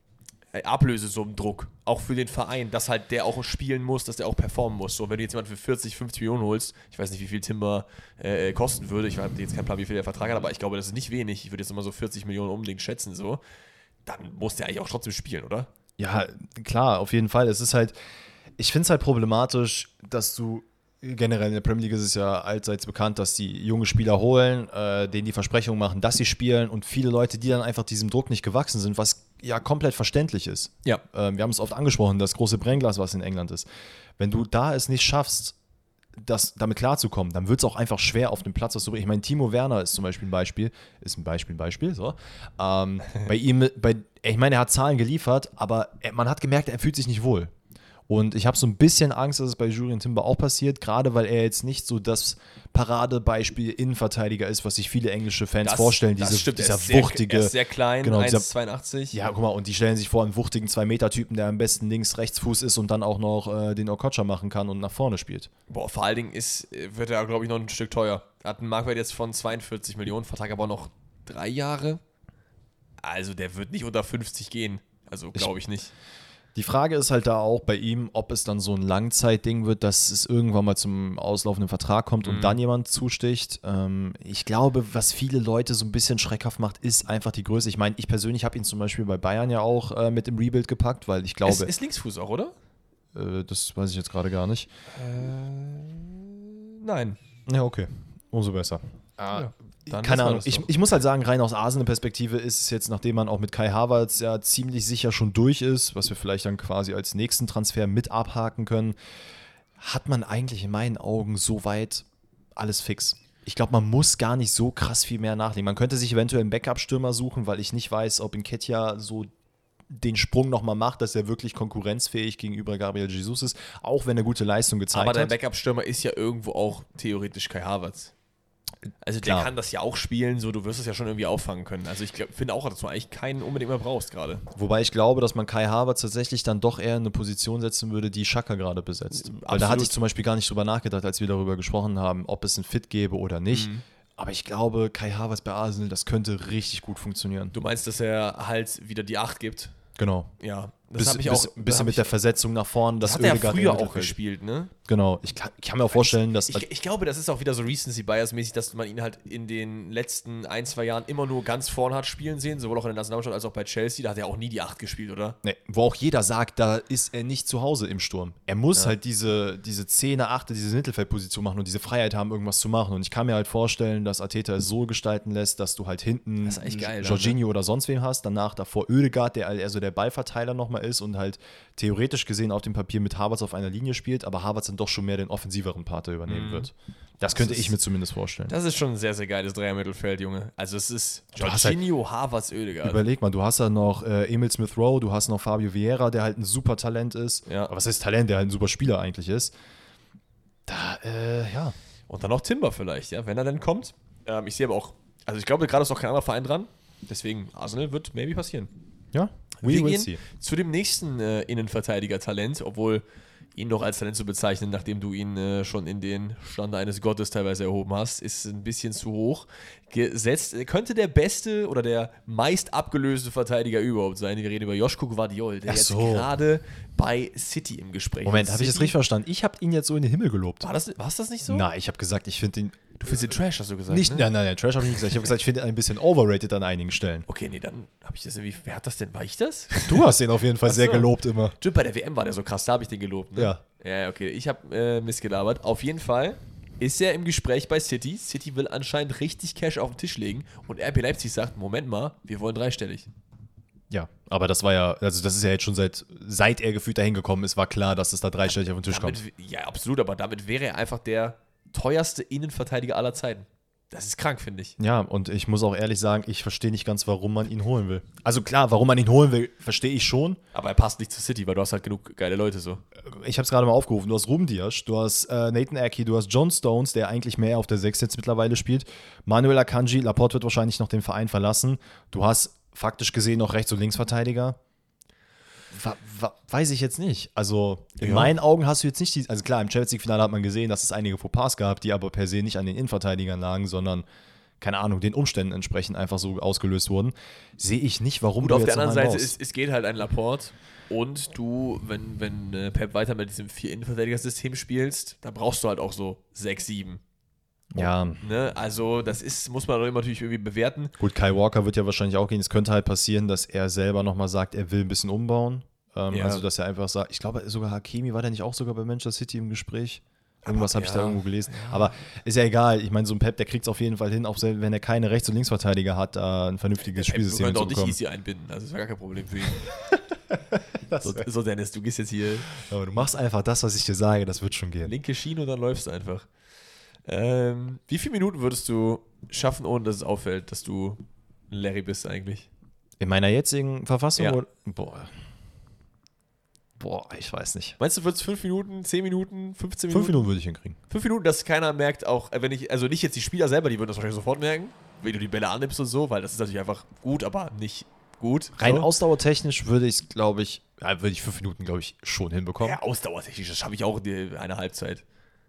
Ablösesummendruck, auch für den Verein, dass halt der auch spielen muss, dass der auch performen muss. So, wenn du jetzt jemanden für 40, 50 Millionen holst, ich weiß nicht, wie viel Timber kosten würde, ich habe jetzt keinen Plan, wie viel der Vertrag hat, aber ich glaube, das ist nicht wenig. Ich würde jetzt immer so 40 Millionen unbedingt schätzen, so. Dann muss der eigentlich auch trotzdem spielen, oder? Ja, klar, auf jeden Fall. Es ist halt, ich finde es halt problematisch, dass du generell in der Premier League ist es ja allseits bekannt, dass die junge Spieler holen, denen die Versprechung machen, dass sie spielen und viele Leute, die dann einfach diesem Druck nicht gewachsen sind, was ja komplett verständlich ist. Ja. Wir haben es oft angesprochen, das große Brennglas, was in England ist. Wenn du da es nicht schaffst, damit klarzukommen, dann wird es auch einfach schwer auf dem Platz was zu bringen. Ich meine, Timo Werner ist zum Beispiel ein Beispiel, so. Bei ihm, ich meine, er hat Zahlen geliefert, aber man hat gemerkt, er fühlt sich nicht wohl. Und ich habe so ein bisschen Angst, dass es bei Jurrien Timber auch passiert, gerade weil er jetzt nicht so das Paradebeispiel Innenverteidiger ist, was sich viele englische Fans vorstellen. Das stimmt, dieser wuchtige. Er ist sehr klein, genau, 1,82. Ja, guck mal, und die stellen sich vor einen wuchtigen 2-Meter-Typen, der am besten Links-Rechtsfuß ist und dann auch noch den Okocha machen kann und nach vorne spielt. Boah, vor allen Dingen wird er, glaube ich, noch ein Stück teuer. Er hat einen Marktwert jetzt von 42 Millionen, Vertrag aber noch 3 Jahre. Also der wird nicht unter 50 gehen. Also glaube ich nicht. Die Frage ist halt da auch bei ihm, ob es dann so ein Langzeitding wird, dass es irgendwann mal zum auslaufenden Vertrag kommt und dann jemand zusticht. Ich glaube, was viele Leute so ein bisschen schreckhaft macht, ist einfach die Größe. Ich meine, ich persönlich habe ihn zum Beispiel bei Bayern ja auch mit dem Rebuild gepackt, weil ich glaube... Ist Linksfuß auch, oder? Das weiß ich jetzt gerade gar nicht. Nein. Ja, okay. Umso besser. Ja. Keine Ahnung, ich muss halt sagen, rein aus Arsenal-Perspektive ist es jetzt, nachdem man auch mit Kai Havertz ja ziemlich sicher schon durch ist, was wir vielleicht dann quasi als nächsten Transfer mit abhaken können, hat man eigentlich in meinen Augen soweit alles fix. Ich glaube, man muss gar nicht so krass viel mehr nachlegen. Man könnte sich eventuell einen Backup-Stürmer suchen, weil ich nicht weiß, ob Nketiah so den Sprung nochmal macht, dass er wirklich konkurrenzfähig gegenüber Gabriel Jesus ist, auch wenn er gute Leistung gezeigt hat. Aber der Backup-Stürmer ist ja irgendwo auch theoretisch Kai Havertz. Also der kann das ja auch spielen, so du wirst es ja schon irgendwie auffangen können. Also ich finde auch, dass du eigentlich keinen unbedingt mehr brauchst gerade. Wobei ich glaube, dass man Kai Havertz tatsächlich dann doch eher in eine Position setzen würde, die Xhaka gerade besetzt. Absolut. Weil da hatte ich zum Beispiel gar nicht drüber nachgedacht, als wir darüber gesprochen haben, ob es ein Fit gäbe oder nicht. Aber ich glaube, Kai Havertz bei Arsenal, das könnte richtig gut funktionieren. Du meinst, dass er halt wieder die 8 gibt? Genau. Ja, das habe ich auch. Ein bisschen mit der Versetzung nach vorne. Das hat er früher auch gespielt, ne? Genau. Ich kann mir auch vorstellen, dass... Ich glaube, das ist auch wieder so Recency-Bias-mäßig, dass man ihn halt in den letzten 1-2 Jahren immer nur ganz vorne hat spielen sehen, sowohl auch in der Nationalmannschaft als auch bei Chelsea. Da hat er auch nie die 8 gespielt, oder? Nee, wo auch jeder sagt, da ist er nicht zu Hause im Sturm. Er muss halt diese 10er, 8er, diese Mittelfeldposition machen und diese Freiheit haben, irgendwas zu machen. Und ich kann mir halt vorstellen, dass Arteta es so gestalten lässt, dass du halt hinten Jorginho oder sonst wem hast, danach davor Ødegaard, der eher so der Ballverteiler nochmal ist und halt theoretisch gesehen auf dem Papier mit Havertz auf einer Linie spielt, aber Havertz dann doch schon mehr den offensiveren Part übernehmen wird. Das könnte ich mir zumindest vorstellen. Das ist schon ein sehr, sehr geiles Dreier-Mittelfeld, Junge. Also es ist Jorginho, Havertz, Ødegaard. Überleg mal, du hast ja noch Emil Smith-Rowe, du hast noch Fabio Vieira, der halt ein super Talent ist. Ja. Aber was heißt Talent, der halt ein super Spieler eigentlich ist. Ja. Und dann noch Timber vielleicht, ja, wenn er denn kommt. Ich sehe aber auch, also ich glaube, gerade ist noch kein anderer Verein dran. Deswegen, Arsenal wird maybe passieren. Ja, wir gehen zu dem nächsten Innenverteidiger-Talent, obwohl ihn noch als Talent zu bezeichnen, nachdem du ihn schon in den Stand eines Gottes teilweise erhoben hast, ist ein bisschen zu hoch gesetzt. Könnte der beste oder der meist abgelöste Verteidiger überhaupt sein. Wir reden über Joško Gvardiol, der jetzt gerade bei City im Gespräch ist. Moment, habe ich das richtig verstanden? Ich habe ihn jetzt so in den Himmel gelobt. War es das nicht so? Nein, ich habe gesagt, ich finde ihn... Du findest den Trash, hast du gesagt, nicht, ne? Nein, Trash habe ich nicht gesagt. Ich habe gesagt, ich finde ihn ein bisschen overrated an einigen Stellen. Okay, nee, dann habe ich das irgendwie... Wer hat das denn? War ich das? Du hast ihn auf jeden Fall sehr gelobt immer. Stimmt, bei der WM war der so krass, da habe ich den gelobt, ne? Ja. Ja, okay, ich habe missgelabert. Auf jeden Fall ist er im Gespräch bei City. City will anscheinend richtig Cash auf den Tisch legen und RB Leipzig sagt, Moment mal, wir wollen dreistellig. Ja, aber das war ja, also das ist ja jetzt schon seit er gefühlt dahin gekommen ist, war klar, dass es da dreistellig auf den Tisch kommt. Ja, absolut, aber damit wäre er einfach der teuerste Innenverteidiger aller Zeiten. Das ist krank, finde ich. Ja, und ich muss auch ehrlich sagen, ich verstehe nicht ganz, warum man ihn holen will. Also klar, warum man ihn holen will, verstehe ich schon. Aber er passt nicht zu City, weil du hast halt genug geile Leute so. Ich habe es gerade mal aufgerufen. Du hast Ruben Dias, du hast Nathan Ake, du hast John Stones, der eigentlich mehr auf der 6 jetzt mittlerweile spielt. Manuel Akanji, Laporte wird wahrscheinlich noch den Verein verlassen. Du hast faktisch gesehen noch Rechts- und Linksverteidiger. Weiß ich jetzt nicht. Also in meinen Augen hast du jetzt nicht also klar, im Champions League-Finale hat man gesehen, dass es einige Fauxpas gab, die aber per se nicht an den Innenverteidigern lagen, sondern keine Ahnung, den Umständen entsprechend einfach so ausgelöst wurden, sehe ich nicht, warum Und du auf jetzt der anderen noch einen Seite, es geht halt ein Laporte und du, wenn Pep weiter mit diesem 4-Innenverteidiger-System spielst, dann brauchst du halt auch so 6, 7. Ja. Ne? Also das muss man doch natürlich irgendwie bewerten. Gut, Kyle Walker wird ja wahrscheinlich auch gehen. Es könnte halt passieren, dass er selber nochmal sagt, er will ein bisschen umbauen. Also, dass er einfach sagt, ich glaube sogar Hakimi, war der nicht auch sogar bei Manchester City im Gespräch? Irgendwas habe ich da irgendwo gelesen. Ja. Aber ist ja egal. Ich meine, so ein Pep, der kriegt es auf jeden Fall hin, auch wenn er keine Rechts- und Linksverteidiger hat, da ein vernünftiges Spielsystem zu bekommen. Wir können auch nicht easy einbinden. Also das wäre gar kein Problem für ihn. So, Dennis, du gehst jetzt hier. Aber du machst einfach das, was ich dir sage, das wird schon gehen. Linke Schiene und dann läufst du einfach. Wie viele Minuten würdest du schaffen, ohne dass es auffällt, dass du ein Larry bist eigentlich? In meiner jetzigen Verfassung? Ja. Boah, ich weiß nicht. Meinst du, würdest 5 Minuten, 10 Minuten, 15 Minuten? 5 Minuten würde ich hinkriegen. 5 Minuten, dass keiner merkt, auch wenn ich, also nicht jetzt die Spieler selber, die würden das wahrscheinlich sofort merken, wenn du die Bälle annimmst und so, weil das ist natürlich einfach gut, aber nicht gut. Rein so. Ausdauertechnisch würde ich, glaube ich, 5 Minuten, glaube ich, schon hinbekommen. Ja, ausdauertechnisch, das schaffe ich auch in eine Halbzeit.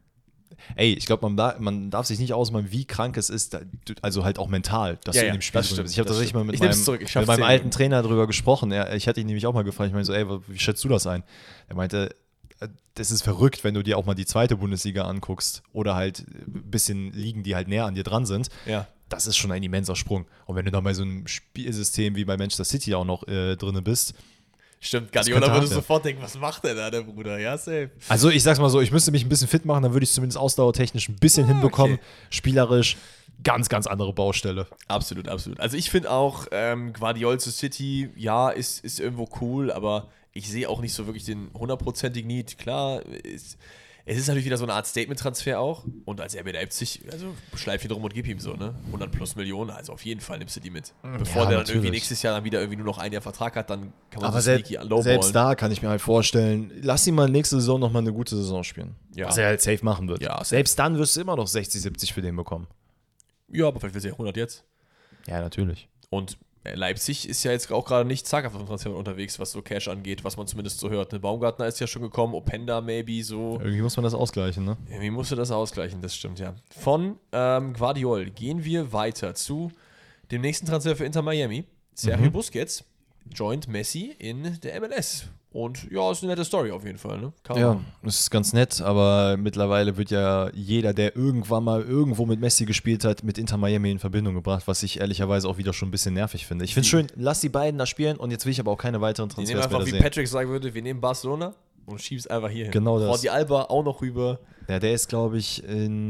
Ey, ich glaube, man darf sich nicht ausmalen, wie krank es ist, also halt auch mental, dass du in dem Spiel bist. Ich habe tatsächlich mal mit meinem alten Trainer darüber gesprochen. Ich hatte ihn nämlich auch mal gefragt, ich meine so, ey, wie schätzt du das ein? Er meinte, das ist verrückt, wenn du dir auch mal die zweite Bundesliga anguckst oder halt ein bisschen Ligen, die halt näher an dir dran sind. Ja. Das ist schon ein immenser Sprung. Und wenn du dann bei so einem Spielsystem wie bei Manchester City auch noch drin bist. Stimmt, Guardiola würde sofort denken, was macht der da, der Bruder? Ja, safe. Also ich sag's mal so, ich müsste mich ein bisschen fit machen, dann würde ich es zumindest ausdauertechnisch ein bisschen hinbekommen. Okay. Spielerisch, ganz, ganz andere Baustelle. Absolut, absolut. Also ich finde auch, Guardiola zu City, ja, ist irgendwo cool, aber ich sehe auch nicht so wirklich den 100%igen Need. Klar, es ist natürlich wieder so eine Art Statement-Transfer auch. Und als RB Leipzig, also schleif ihn drum und gib ihm so, ne? 100+ Millionen, also auf jeden Fall nimmst du die mit. Bevor der dann irgendwie nächstes Jahr dann wieder irgendwie nur noch ein Jahr Vertrag hat, dann kann man so sneaky lowballen. Selbst da kann ich mir halt vorstellen, lass ihn mal nächste Saison nochmal eine gute Saison spielen. Ja. Was er halt safe machen wird. Ja, selbst dann wirst du immer noch 60, 70 für den bekommen. Ja, aber vielleicht wird es ja 100 jetzt. Ja, natürlich. Und Leipzig ist ja jetzt auch gerade nicht zaghaft auf dem Transfer unterwegs, was so Cash angeht, was man zumindest so hört. Baumgartner ist ja schon gekommen, Openda maybe so. Irgendwie muss man das ausgleichen, ne? Irgendwie musst du das ausgleichen, das stimmt, ja. Von Guardiola gehen wir weiter zu dem nächsten Transfer für Inter Miami. Sergio Busquets joint Messi in der MLS. Und ja, ist eine nette Story auf jeden Fall, ne? Ja, das ist ganz nett, aber mittlerweile wird ja jeder, der irgendwann mal irgendwo mit Messi gespielt hat, mit Inter Miami in Verbindung gebracht, was ich ehrlicherweise auch wieder schon ein bisschen nervig finde. Ich finde es schön, lass die beiden da spielen und jetzt will ich aber auch keine weiteren Transfers mehr sehen. Wir nehmen einfach, wie Patrick sagen würde, wir nehmen Barcelona und schieben es einfach hier hin. Genau das. Jordi Alba auch noch rüber. Ja, der ist, glaube ich,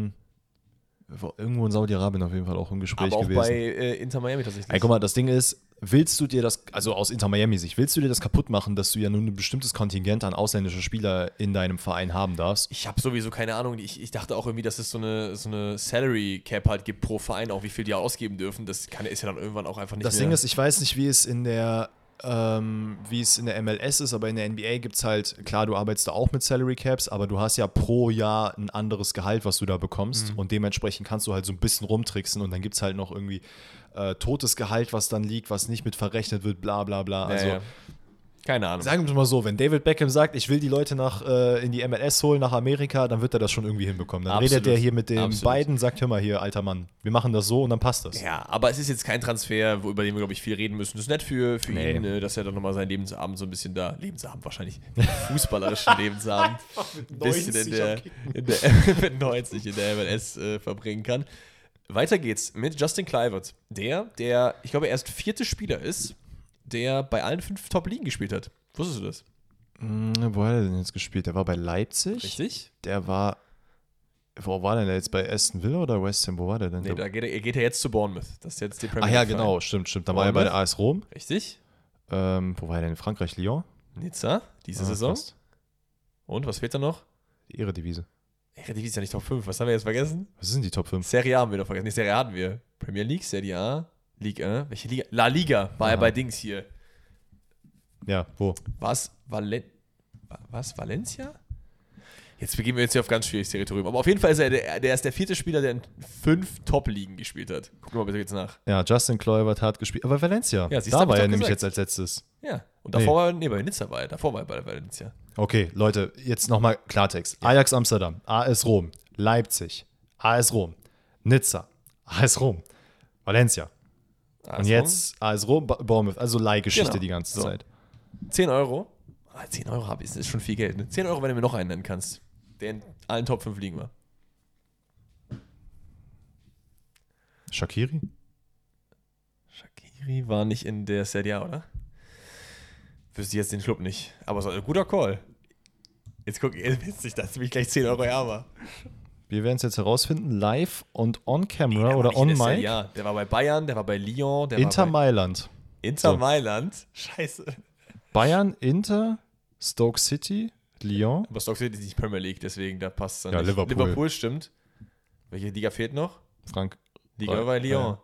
irgendwo in Saudi-Arabien auf jeden Fall auch im Gespräch aber auch gewesen. Bei Inter Miami tatsächlich. Ey, guck mal, das Ding ist, willst du dir das, also aus Inter Miami-Sicht, willst du dir das kaputt machen, dass du ja nun ein bestimmtes Kontingent an ausländischen Spieler in deinem Verein haben darfst? Ich habe sowieso keine Ahnung. Ich dachte auch irgendwie, dass es so eine Salary Cap halt gibt pro Verein, auch wie viel die ausgeben dürfen. Das ist ja dann irgendwann auch einfach nicht mehr. Das Ding ist, ich weiß nicht, wie es in der MLS ist, aber in der NBA gibt es halt, klar, du arbeitest da auch mit Salary Caps, aber du hast ja pro Jahr ein anderes Gehalt, was du da bekommst und dementsprechend kannst du halt so ein bisschen rumtricksen und dann gibt es halt noch irgendwie totes Gehalt, was dann liegt, was nicht mit verrechnet wird, bla bla bla. Also keine Ahnung. Sagen wir mal so, wenn David Beckham sagt, ich will die Leute in die MLS holen, nach Amerika, dann wird er das schon irgendwie hinbekommen. Dann redet er hier mit den beiden, sagt, hör mal hier, alter Mann, wir machen das so und dann passt das. Ja, aber es ist jetzt kein Transfer, über den wir, glaube ich, viel reden müssen. Das ist nett für ihn, dass er dann nochmal seinen Lebensabend so ein bisschen da, Lebensabend wahrscheinlich, fußballerischen Lebensabend, ein bisschen mit 90 in der MLS verbringen kann. Weiter geht's mit Justin Kluivert, der, ich glaube, erst 4. Spieler ist, der bei allen 5 Top-Ligen gespielt hat. Wusstest du das? Wo hat er denn jetzt gespielt? Der war bei Leipzig. Richtig. Der war, wo war denn der jetzt? Bei Aston Villa oder West Ham? Wo war der denn? Nee, da geht er jetzt zu Bournemouth. Das ist jetzt die Premier League. Ach ja, genau, stimmt. Dann war er bei der AS Rom. Richtig. Wo war er denn? In Frankreich, Lyon? Nizza, diese Saison. Fast. Und, was fehlt da noch? Die Eredivisie. Eredivisie ist ja nicht Top 5. Was haben wir jetzt vergessen? Was sind die Top 5? Serie A haben wir doch vergessen. Nee, Serie A hatten wir. Premier League, Serie A, Ligue 1. Welche Liga? La Liga war er bei Dings hier. Ja, wo? Was? Valencia? Jetzt begeben wir jetzt hier auf ganz schwieriges Territorium. Aber auf jeden Fall ist er der ist der 4. Spieler, der in 5 Top-Ligen gespielt hat. Gucken wir mal bitte jetzt nach. Ja, Justin Kluivert hat gespielt. Aber Valencia. Ja, da war er nämlich jetzt als letztes. Ja, und davor war er, bei Nizza war er. Davor war er bei Valencia. Okay, Leute, jetzt nochmal Klartext. Ja. Ajax Amsterdam, AS Rom, Leipzig, AS Rom, Nizza, AS Rom, Valencia. Und jetzt AS Rom, Bournemouth. Also Leihgeschichte Genau. die ganze Zeit. 10 Euro. 10 Euro ist schon viel Geld. Ne? 10 Euro, wenn du mir noch einen nennen kannst, der in allen Top 5 liegen war. Shaqiri war nicht in der Serie A, oder? Wüsste ich jetzt den Club nicht. Aber so ein guter Call. Jetzt guck, witzig, dass du mich gleich 10 Euro ärmer. Wir werden es jetzt herausfinden, live und on camera oder on mic. Ja, der war bei Bayern, der war bei Lyon, der Inter war bei Mailand. Inter Mailand. Scheiße. Bayern, Inter, Stoke City, Lyon. Aber Stoke City ist nicht Premier League, deswegen da passt es dann Ja, nicht. Liverpool Stimmt. Welche Liga fehlt noch? Frank. Liga bei Lyon. Ja.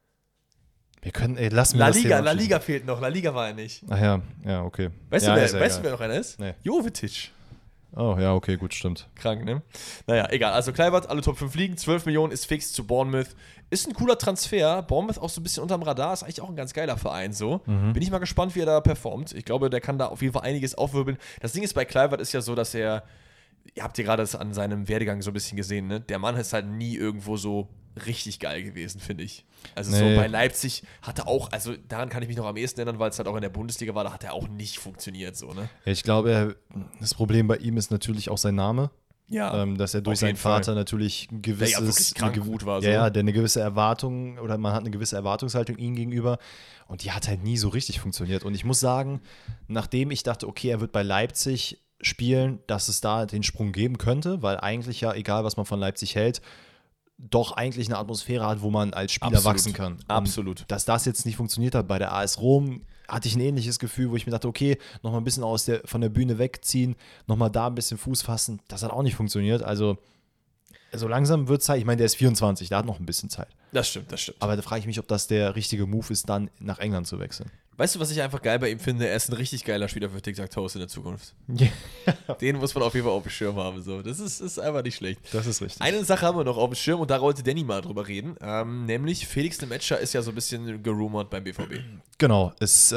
Wir können, lassen wir La das Liga, Thema La abschließen. Liga fehlt noch. La Liga war er nicht. Ach ja, okay. Weißt ja, du, wer noch einer ist? Nee. Jovetic. Oh, ja, okay, gut, stimmt. Krank, ne? Naja, egal. Also Kluivert, alle Top 5 liegen, 12 Millionen ist fix zu Bournemouth. Ist ein cooler Transfer. Bournemouth auch so ein bisschen unterm Radar, ist eigentlich auch ein ganz geiler Verein so. Bin ich mal gespannt, wie er da performt. Ich glaube, der kann da auf jeden Fall einiges aufwirbeln. Das Ding ist bei Kluivert ist ja so, dass er, ihr habt ja gerade das an seinem Werdegang so ein bisschen gesehen, ne? Der Mann ist halt nie irgendwo so richtig geil gewesen, finde ich. Also so bei Leipzig hat er auch, also daran kann ich mich noch am ehesten erinnern, weil es halt auch in der Bundesliga war, da hat er auch nicht funktioniert so, ne? Ich glaube, das Problem bei ihm ist natürlich auch sein Name. Ja. Dass er durch auf seinen jeden Fall. Vater natürlich ein gewisses, Der ja wirklich krank gut war. So. Ja, der eine gewisse Erwartung oder man hat eine gewisse Erwartungshaltung ihm gegenüber und die hat halt nie so richtig funktioniert. Und ich muss sagen, nachdem ich dachte, okay, er wird bei Leipzig spielen, dass es da den Sprung geben könnte, weil eigentlich ja, egal was man von Leipzig hält, doch eigentlich eine Atmosphäre hat, wo man als Spieler wachsen kann. Und Absolut. dass das jetzt nicht funktioniert hat bei der AS Rom, hatte ich ein ähnliches Gefühl, wo ich mir dachte, okay, nochmal ein bisschen von der Bühne wegziehen, nochmal da ein bisschen Fuß fassen. Das hat auch nicht funktioniert. Also so langsam wird es Zeit. Ich meine, der ist 24, der hat noch ein bisschen Zeit. Das stimmt. Aber da frage ich mich, ob das der richtige Move ist, dann nach England zu wechseln. Weißt du, was ich einfach geil bei ihm finde? Er ist ein richtig geiler Spieler für Tic-Tac-Toes in der Zukunft. Den muss man auf jeden Fall auf dem Schirm haben. So. Das ist einfach nicht schlecht. Das ist richtig. Eine Sache haben wir noch auf dem Schirm und da wollte Danny mal drüber reden. Nämlich Felix Lemetscher ist ja so ein bisschen gerumort beim BVB. Genau, es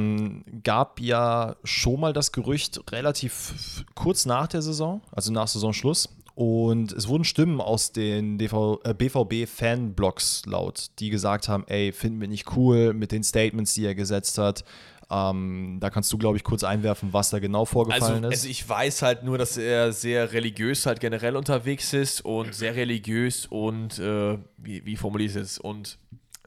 gab ja schon mal das Gerücht relativ kurz nach der Saison, also nach Saisonschluss. Und es wurden Stimmen aus den BVB-Fanblogs laut, die gesagt haben, ey, finden wir nicht cool mit den Statements, die er gesetzt hat. Da kannst du, glaube ich, kurz einwerfen, was da genau vorgefallen ist. Also ich weiß halt nur, dass er sehr religiös halt generell unterwegs ist und sehr religiös und, wie formuliere ich es jetzt, und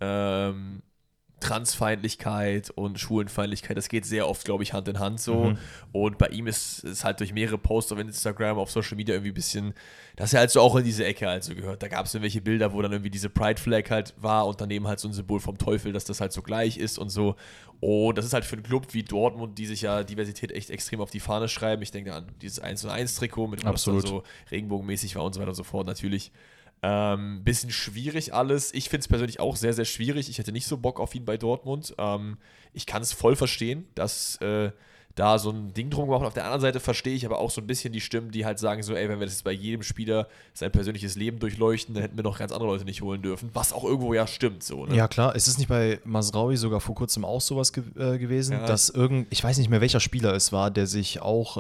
Transfeindlichkeit und Schwulenfeindlichkeit, das geht sehr oft, glaube ich, Hand in Hand so. Und bei ihm ist es halt durch mehrere Posts auf Instagram, auf Social Media irgendwie ein bisschen, dass er halt so auch in diese Ecke halt so gehört. Da gab es irgendwelche Bilder, wo dann irgendwie diese Pride-Flag halt war und daneben halt so ein Symbol vom Teufel, dass das halt so gleich ist und so. Und das ist halt für einen Club wie Dortmund, die sich ja Diversität echt extrem auf die Fahne schreiben. Ich denke an dieses 1:1-Trikot, mit dem das dann so regenbogenmäßig war und so weiter und so fort natürlich. Bisschen schwierig alles. Ich finde es persönlich auch sehr, sehr schwierig. Ich hätte nicht so Bock auf ihn bei Dortmund. Ich kann es voll verstehen, dass da so ein Ding drum gemacht wird. Auf der anderen Seite verstehe ich aber auch so ein bisschen die Stimmen, die halt sagen so, ey, wenn wir das jetzt bei jedem Spieler sein persönliches Leben durchleuchten, dann hätten wir noch ganz andere Leute nicht holen dürfen. Was auch irgendwo ja stimmt so, ne? Ja, klar. Ist es nicht bei Mazraoui sogar vor kurzem auch sowas gewesen, Ja. dass ich weiß nicht mehr, welcher Spieler es war, der sich auch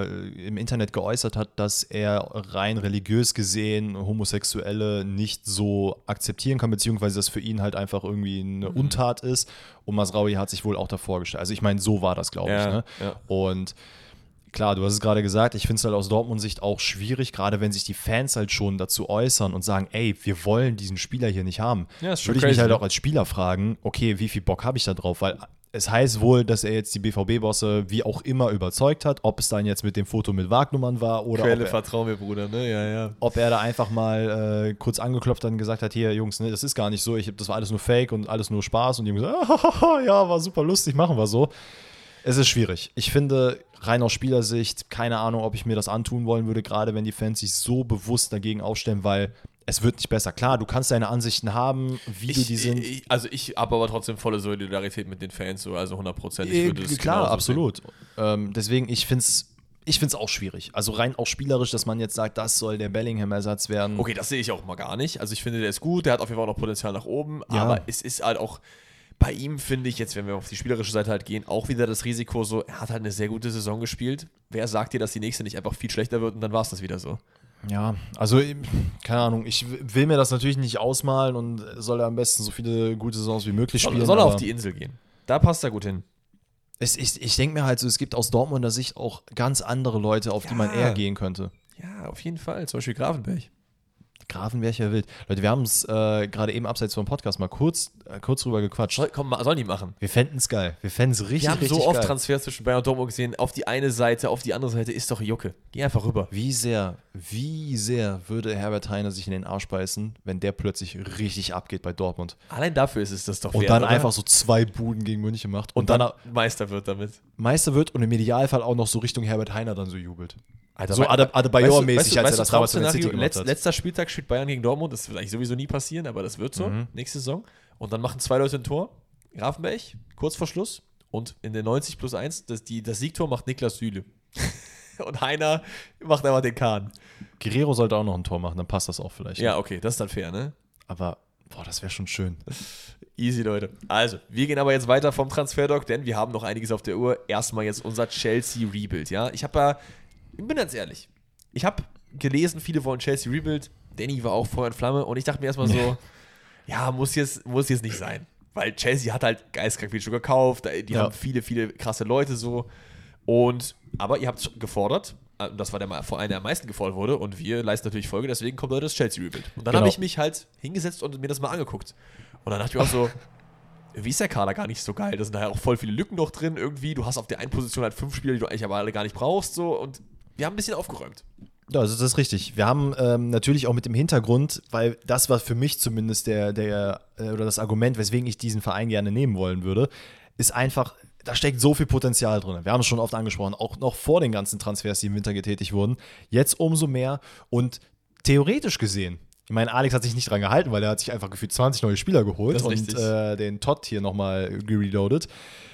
im Internet geäußert hat, dass er rein religiös gesehen Homosexuelle nicht so akzeptieren kann, beziehungsweise das für ihn halt einfach irgendwie eine Untat ist. Und Mazraoui hat sich wohl auch davor gestellt. Also ich meine, so war das, glaube ich. Ne? Ja. Und klar, du hast es gerade gesagt, ich finde es halt aus Dortmund-Sicht auch schwierig, gerade wenn sich die Fans halt schon dazu äußern und sagen, ey, wir wollen diesen Spieler hier nicht haben. Ja, ist schon würde ich mich crazy, halt ne? auch als Spieler fragen, okay, wie viel Bock habe ich da drauf? Weil es heißt wohl, dass er jetzt die BVB-Bosse wie auch immer überzeugt hat, ob es dann jetzt mit dem Foto mit Wagnummern war oder Quelle, vertrau mir, Bruder, ne? Ja. ob er da einfach mal kurz angeklopft hat und gesagt hat, hier, Jungs, ne, das ist gar nicht so, das war alles nur Fake und alles nur Spaß. Und die haben gesagt, ja, war super lustig, machen wir so. Es ist schwierig. Ich finde, rein aus Spielersicht, keine Ahnung, ob ich mir das antun wollen würde, gerade wenn die Fans sich so bewusst dagegen aufstellen, weil es wird nicht besser. Klar, du kannst deine Ansichten haben, wie du die sind. Ich habe aber trotzdem volle Solidarität mit den Fans, so, also 100%. Klar, absolut. Deswegen, ich finde es auch schwierig. Also rein auch spielerisch, dass man jetzt sagt, das soll der Bellingham-Ersatz werden. Okay, das sehe ich auch mal gar nicht. Also ich finde, der ist gut, der hat auf jeden Fall auch noch Potenzial nach oben, Ja. aber es ist halt auch bei ihm, finde ich, jetzt wenn wir auf die spielerische Seite halt gehen, auch wieder das Risiko so, er hat halt eine sehr gute Saison gespielt. Wer sagt dir, dass die nächste nicht einfach viel schlechter wird und dann war es das wieder so? Ja, also keine Ahnung, ich will mir das natürlich nicht ausmalen und soll da am besten so viele gute Saisons wie möglich spielen. Soll er auf die Insel gehen. Da passt er gut hin. Ich denke mir halt so, es gibt aus Dortmunder Sicht auch ganz andere Leute, auf die man eher gehen könnte. Ja, auf jeden Fall. Zum Beispiel Grafenberg. Grafenberg ja wild. Leute, wir haben es gerade eben abseits vom Podcast mal kurz drüber gequatscht. Sollen die machen. Wir fänden es geil. Wir fänden es richtig geil. Wir haben so oft Transfers zwischen Bayern und Dortmund gesehen. Auf die eine Seite, auf die andere Seite ist doch Jucke. Geh einfach rüber. Wie sehr würde Herbert Heiner sich in den Arsch beißen, wenn der plötzlich richtig abgeht bei Dortmund. Allein dafür ist es das doch wert, und dann oder? Einfach so 2 Buden gegen München macht. Und dann Meister wird damit. Meister wird und im Idealfall auch noch so Richtung Herbert Heiner dann so jubelt. Alter, so Adebayor-mäßig, als er das damals in der City gemacht hat. Letzter Spieltag spielt Bayern gegen Dortmund. Das wird eigentlich sowieso nie passieren, aber das wird so. Nächste Saison. Und dann machen 2 Leute ein Tor. Grafenberg, kurz vor Schluss. Und in der 90+1, das Siegtor macht Niklas Süle. Und Heiner macht einfach den Kahn. Guerrero sollte auch noch ein Tor machen, dann passt das auch vielleicht. Ja, okay, das ist dann fair, ne? Aber, das wäre schon schön. Easy, Leute. Also, wir gehen aber jetzt weiter vom Transferdoc, denn wir haben noch einiges auf der Uhr. Erstmal jetzt unser Chelsea-Rebuild, ja? Ich bin ganz ehrlich. Ich habe gelesen, viele wollen Chelsea Rebuild. Danny war auch Feuer und Flamme. Und ich dachte mir erstmal so, ja, muss jetzt nicht sein. Weil Chelsea hat halt geistkrank viel schon gekauft. Die haben viele, viele krasse Leute so. Aber ihr habt es gefordert. Das war der Verein, der am meisten gefordert wurde. Und wir leisten natürlich Folge. Deswegen kommt heute das Chelsea Rebuild. Und dann habe ich mich halt hingesetzt und mir das mal angeguckt. Und dann dachte ich auch so, wie ist der Kader gar nicht so geil? Da sind da auch voll viele Lücken noch drin irgendwie. Du hast auf der einen Position halt 5 Spieler, die du eigentlich aber alle gar nicht brauchst. So. Und wir haben ein bisschen aufgeräumt. Ja, also das ist richtig. Wir haben natürlich auch mit dem Hintergrund, weil das war für mich zumindest oder das Argument, weswegen ich diesen Verein gerne nehmen wollen würde, ist einfach, da steckt so viel Potenzial drin. Wir haben es schon oft angesprochen, auch noch vor den ganzen Transfers, die im Winter getätigt wurden. Jetzt umso mehr und theoretisch gesehen, ich meine, Alex hat sich nicht dran gehalten, weil er hat sich einfach gefühlt 20 neue Spieler geholt und den Todd hier nochmal gereloadet.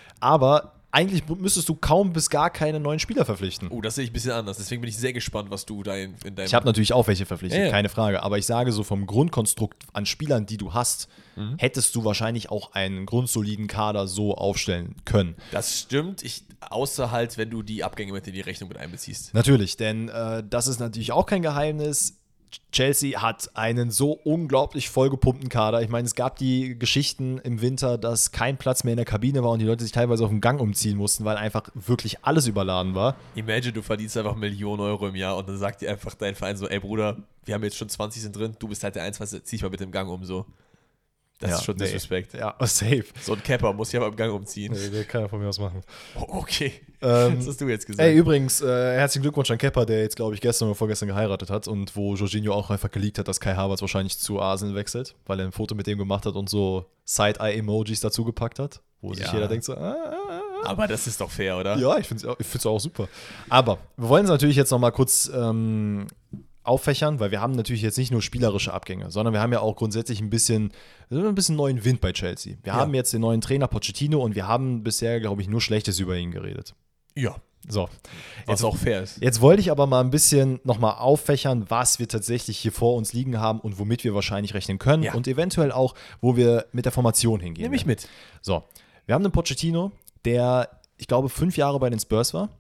Aber eigentlich müsstest du kaum bis gar keine neuen Spieler verpflichten. Oh, das sehe ich ein bisschen anders. Deswegen bin ich sehr gespannt, was du da in deinem... Ich habe natürlich auch welche verpflichtet, keine Frage. Aber ich sage so vom Grundkonstrukt an Spielern, die du hast, hättest du wahrscheinlich auch einen grundsoliden Kader so aufstellen können. Das stimmt. Außer halt, wenn du die Abgänge mit in die Rechnung mit einbeziehst. Natürlich, denn das ist natürlich auch kein Geheimnis. Chelsea hat einen so unglaublich vollgepumpten Kader. Ich meine, es gab die Geschichten im Winter, dass kein Platz mehr in der Kabine war und die Leute sich teilweise auf den Gang umziehen mussten, weil einfach wirklich alles überladen war. Imagine, du verdienst einfach Millionen Euro im Jahr und dann sagt dir einfach dein Verein so, ey Bruder, wir haben jetzt schon 20 sind drin, du bist halt der 21, zieh dich mal bitte im Gang um so. Das ist schon Disrespect. Ja, safe. So ein Capper muss ich aber im Gang umziehen. Der kann ja von mir aus machen. Oh, okay. Das hast du jetzt gesagt. Ey, übrigens, herzlichen Glückwunsch an Kepper, der jetzt, glaube ich, gestern oder vorgestern geheiratet hat und wo Jorginho auch einfach geleakt hat, dass Kai Havertz wahrscheinlich zu Arsenal wechselt, weil er ein Foto mit dem gemacht hat und so Side-Eye-Emojis dazu gepackt hat, wo sich jeder denkt so, Aber das ist doch fair, oder? Ja, ich finde es auch super. Aber wir wollen es natürlich jetzt noch mal kurz auffächern, weil wir haben natürlich jetzt nicht nur spielerische Abgänge, sondern wir haben ja auch grundsätzlich ein bisschen neuen Wind bei Chelsea. Wir haben jetzt den neuen Trainer Pochettino und wir haben bisher, glaube ich, nur Schlechtes über ihn geredet. Ja. So. Was auch fair ist. Jetzt wollte ich aber mal ein bisschen nochmal auffächern, was wir tatsächlich hier vor uns liegen haben und womit wir wahrscheinlich rechnen können und eventuell auch, wo wir mit der Formation hingehen. Nehme ich mit. So. Wir haben einen Pochettino, der, ich glaube, 5 Jahre bei den Spurs war.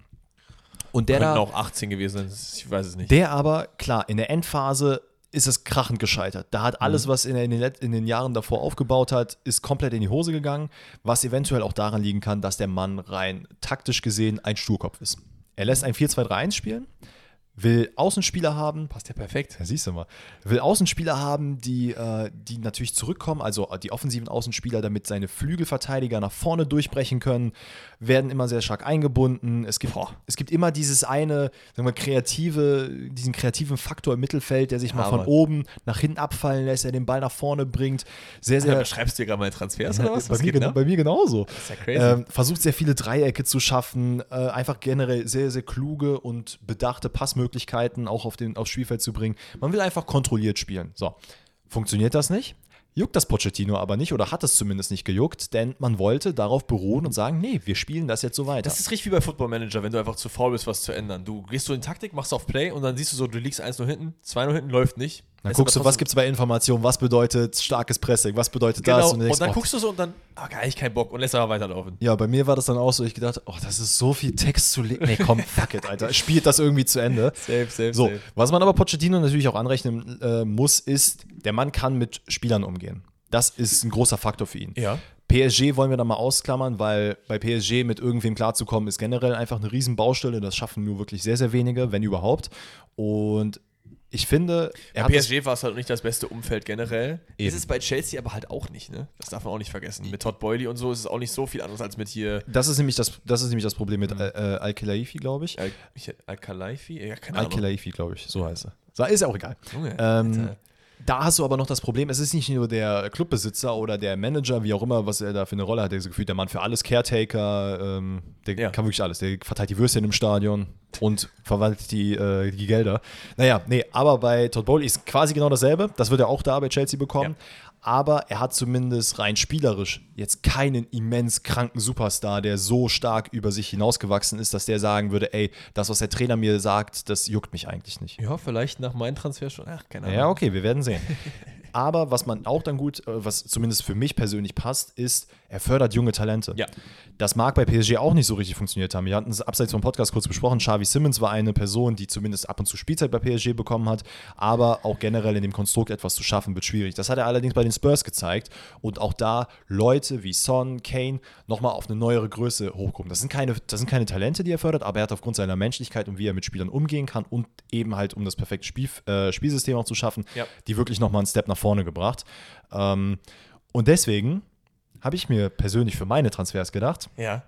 Und der könnten auch 18 gewesen sein, ich weiß es nicht. Der aber, klar, in der Endphase ist es krachend gescheitert. Da hat alles, was in den Jahren davor aufgebaut hat, ist komplett in die Hose gegangen, was eventuell auch daran liegen kann, dass der Mann rein taktisch gesehen ein Sturkopf ist. Er lässt ein 4-2-3-1 spielen, will Außenspieler haben. Passt ja perfekt. Ja, siehst du mal. Will Außenspieler haben, die natürlich zurückkommen, also die offensiven Außenspieler, damit seine Flügelverteidiger nach vorne durchbrechen können, werden immer sehr stark eingebunden. Es gibt immer diesen kreativen Faktor im Mittelfeld, der sich mal von oben nach hinten abfallen lässt, der den Ball nach vorne bringt. Beschreibst du dir gerade mal Transfers oder was? Bei mir genauso. Das ist ja crazy. Versucht sehr viele Dreiecke zu schaffen, einfach generell sehr, sehr kluge und bedachte Passmöglichkeiten auch aufs Spielfeld zu bringen. Man will einfach kontrolliert spielen. So, funktioniert das nicht? Juckt das Pochettino aber nicht oder hat es zumindest nicht gejuckt, denn man wollte darauf beruhen und sagen, nee, wir spielen das jetzt so weiter. Das ist richtig wie bei Football Manager, wenn du einfach zu faul bist, was zu ändern. Du gehst so in Taktik, machst auf Play und dann siehst du so, du liegst 1-0 hinten, 2-0 hinten, läuft nicht. Dann guckst du, was gibt es bei Informationen, was bedeutet starkes Pressing, was bedeutet das? Und dann guckst du so und dann, gar nicht keinen Bock und lässt aber weiterlaufen. Ja, bei mir war das dann auch so, ich gedacht, das ist so viel Text zu lesen. Nee, komm, fuck it, Alter, spielt das irgendwie zu Ende. Safe. Was man aber Pochettino natürlich auch anrechnen muss, ist, der Mann kann mit Spielern umgehen. Das ist ein großer Faktor für ihn. Ja. PSG wollen wir da mal ausklammern, weil bei PSG mit irgendwem klarzukommen, ist generell einfach eine riesen Baustelle. Das schaffen nur wirklich sehr, sehr wenige, wenn überhaupt. Und ich finde, PSG war es halt nicht das beste Umfeld generell. Ist es bei Chelsea aber halt auch nicht, ne? Das darf man auch nicht vergessen. Mit Todd Boehly und so ist es auch nicht so viel anderes als mit hier. Das ist nämlich das Problem mit Al-Khelaifi, glaube ich. Al-Khelaifi? Ja, keine Ahnung. Al-Khelaifi, glaube ich, so heißt er. So, ist ja auch egal. Junge, da hast du aber noch das Problem, es ist nicht nur der Clubbesitzer oder der Manager, wie auch immer, was er da für eine Rolle hat, der so gefühlt der Mann für alles, Caretaker, der kann wirklich alles, der verteilt die Würstchen im Stadion und verwaltet die Gelder. Naja, aber bei Todd Boehly ist quasi genau dasselbe, das wird er auch da bei Chelsea bekommen, aber er hat zumindest rein spielerisch jetzt keinen immens kranken Superstar, der so stark über sich hinausgewachsen ist, dass der sagen würde, ey, das, was der Trainer mir sagt, das juckt mich eigentlich nicht. Ja, vielleicht nach meinem Transfer schon. Ach, keine Ahnung. Ja, okay, wir werden sehen. Aber was man auch dann gut, was zumindest für mich persönlich passt, ist, er fördert junge Talente. Ja. Das mag bei PSG auch nicht so richtig funktioniert haben. Wir hatten es abseits vom Podcast kurz besprochen. Xavi Simons war eine Person, die zumindest ab und zu Spielzeit bei PSG bekommen hat, aber auch generell in dem Konstrukt etwas zu schaffen, wird schwierig. Das hat er allerdings bei den Spurs gezeigt und auch da Leute wie Son, Kane nochmal auf eine neuere Größe hochkommen. Das sind keine Talente, die er fördert, aber er hat aufgrund seiner Menschlichkeit und wie er mit Spielern umgehen kann und eben halt, um das perfekte Spielsystem auch zu schaffen, die wirklich nochmal einen Step nach vorne gebracht. Und deswegen habe ich mir persönlich für meine Transfers gedacht,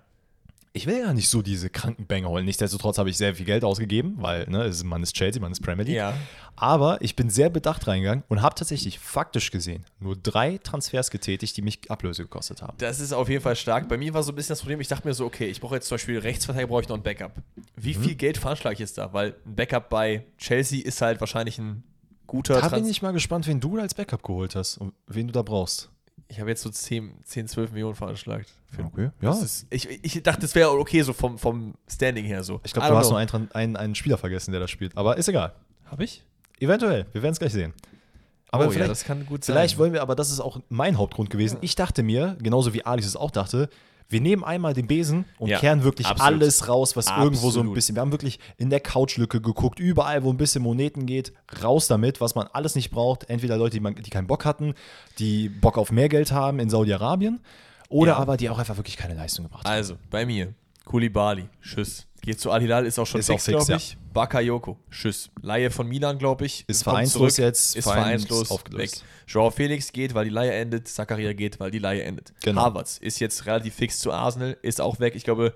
ich will ja nicht so diese kranken Banger holen. Nichtsdestotrotz habe ich sehr viel Geld ausgegeben, weil man ist Chelsea, man ist Premier League. Ja. Aber ich bin sehr bedacht reingegangen und habe tatsächlich faktisch gesehen nur 3 Transfers getätigt, die mich Ablöse gekostet haben. Das ist auf jeden Fall stark. Bei mir war so ein bisschen das Problem, ich dachte mir so, okay, ich brauche jetzt zum Beispiel Rechtsverteidiger, brauche ich noch ein Backup. Wie viel Geld veranschlage ich jetzt da? Weil ein Backup bei Chelsea ist halt wahrscheinlich ein guter Da bin ich mal gespannt, wen du als Backup geholt hast und wen du da brauchst. Ich habe jetzt so 10, 12 Millionen veranschlagt. Okay, ja. Ich dachte, das wäre okay, so vom Standing her so. Ich glaube, du hast nur einen Spieler vergessen, der da spielt. Aber ist egal. Habe ich? Eventuell. Wir werden es gleich sehen. Aber das kann gut sein. Vielleicht wollen wir, aber das ist auch mein Hauptgrund gewesen. Ich dachte mir, genauso wie Alex es auch dachte, wir nehmen einmal den Besen und kehren wirklich alles raus, was irgendwo so ein bisschen. Wir haben wirklich in der Couchlücke geguckt, überall, wo ein bisschen Moneten geht, raus damit, was man alles nicht braucht. Entweder Leute, die keinen Bock hatten, die Bock auf mehr Geld haben in Saudi-Arabien oder aber die auch einfach wirklich keine Leistung gebracht haben. Also, bei mir, Koulibaly, Tschüss. Geht zu Al-Hilal, ist auch schon fix, glaube ich. Bakayoko, Tschüss. Leihe von Milan, glaube ich. Ist vereinslos jetzt. Ist vereinslos, aufgelöst. Weg. Joao Felix geht, weil die Leihe endet. Zakaria geht, weil die Leihe endet. Genau. Havertz ist jetzt relativ fix zu Arsenal, ist auch weg. Ich glaube,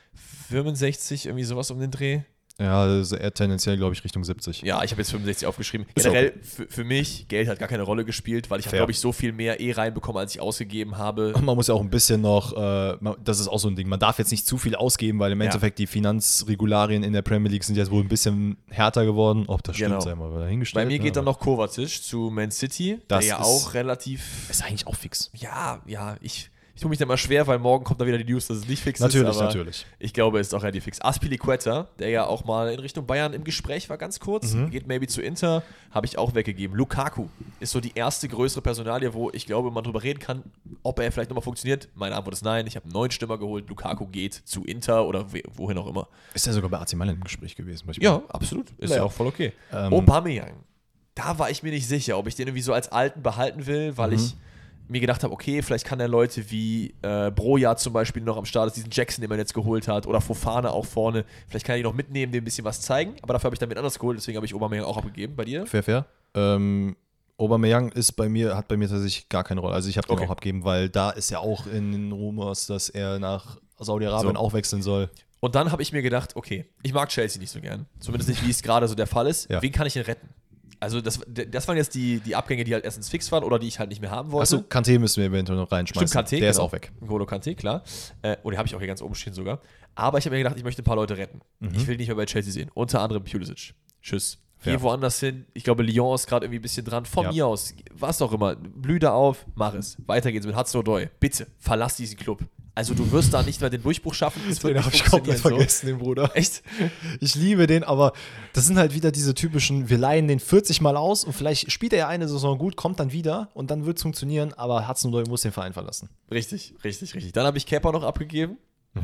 65, irgendwie sowas um den Dreh. Ja, also eher tendenziell, glaube ich, Richtung 70. Ja, ich habe jetzt 65 aufgeschrieben. Generell für mich, Geld hat gar keine Rolle gespielt, weil ich habe, glaube ich, so viel mehr reinbekommen, als ich ausgegeben habe. Und man muss ja auch ein bisschen noch, das ist auch so ein Ding, man darf jetzt nicht zu viel ausgeben, weil im Endeffekt die Finanzregularien in der Premier League sind jetzt wohl ein bisschen härter geworden. Ob das stimmt, sei mal dahingestellt. Bei mir geht dann noch Kovacic zu Man City, der ja auch relativ... Ist eigentlich auch fix. Ja, ich tue mich da mal schwer, weil morgen kommt da wieder die News, dass es nicht fix ist. Natürlich. Ich glaube, es ist auch relativ fix. Azpilicueta, der ja auch mal in Richtung Bayern im Gespräch war, ganz kurz, geht maybe zu Inter, habe ich auch weggegeben. Lukaku ist so die erste größere Personalie, wo ich glaube, man drüber reden kann, ob er vielleicht nochmal funktioniert. Meine Antwort ist nein. Ich habe einen neuen Stimmer geholt. Lukaku geht zu Inter oder wohin auch immer. Ist er sogar bei AC Mailand im Gespräch gewesen? Ja, absolut. Ist ja auch voll okay. Aubameyang, da war ich mir nicht sicher, ob ich den irgendwie so als Alten behalten will, weil ich mir gedacht habe, okay, vielleicht kann er Leute wie Broja zum Beispiel noch am Start ist, diesen Jackson, den man jetzt geholt hat, oder Fofana auch vorne, vielleicht kann er ihn noch mitnehmen, dem ein bisschen was zeigen, aber dafür habe ich dann mit anders geholt, deswegen habe ich Aubameyang auch abgegeben. Bei dir? Fair. Aubameyang hat bei mir tatsächlich gar keine Rolle, also ich habe den auch abgegeben, weil da ist ja auch in den Rumors, dass er nach Saudi-Arabien auch wechseln soll. Und dann habe ich mir gedacht, okay, ich mag Chelsea nicht so gern, zumindest nicht, wie es gerade so der Fall ist. Wen kann ich denn retten? Also das waren jetzt die Abgänge, die halt erstens fix waren oder die ich halt nicht mehr haben wollte. Achso, Kanté müssen wir eventuell noch reinschmeißen. Stimmt, Kanté, der ist auch weg. N'Golo Kanté, klar. Und den habe ich auch hier ganz oben stehen sogar. Aber ich habe mir gedacht, ich möchte ein paar Leute retten. Ich will die nicht mehr bei Chelsea sehen. Unter anderem Pulisic. Tschüss. Geh woanders hin. Ich glaube, Lyon ist gerade irgendwie ein bisschen dran. Von mir aus, was auch immer. Blüh da auf, mach es. Weiter geht's mit Hudson-Odoi. Bitte, verlass diesen Club. Also du wirst da nicht mehr den Durchbruch schaffen. Den habe ich komplett vergessen, den Bruder. Echt? Ich liebe den, aber das sind halt wieder diese typischen, wir leihen den 40 Mal aus und vielleicht spielt er ja eine Saison gut, kommt dann wieder und dann wird es funktionieren, aber Hudson-Odoi muss den Verein verlassen. Richtig. Dann habe ich Kepa noch abgegeben.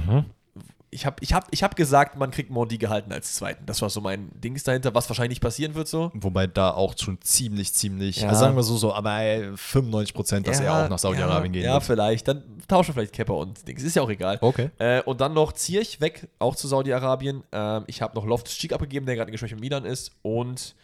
Ich hab gesagt, man kriegt Mondi gehalten als Zweiten. Das war so mein Dings dahinter, was wahrscheinlich passieren wird so. Wobei da auch schon ziemlich, also sagen wir so, aber 95%, dass er auch nach Saudi-Arabien gehen wird. Ja, vielleicht. Dann tauschen wir vielleicht Kepa und Dings. Ist ja auch egal. Okay. Und dann noch Ziyech weg, auch zu Saudi-Arabien. Ich habe noch Loftus-Cheek abgegeben, der gerade in Gespräch mit Milan ist. Und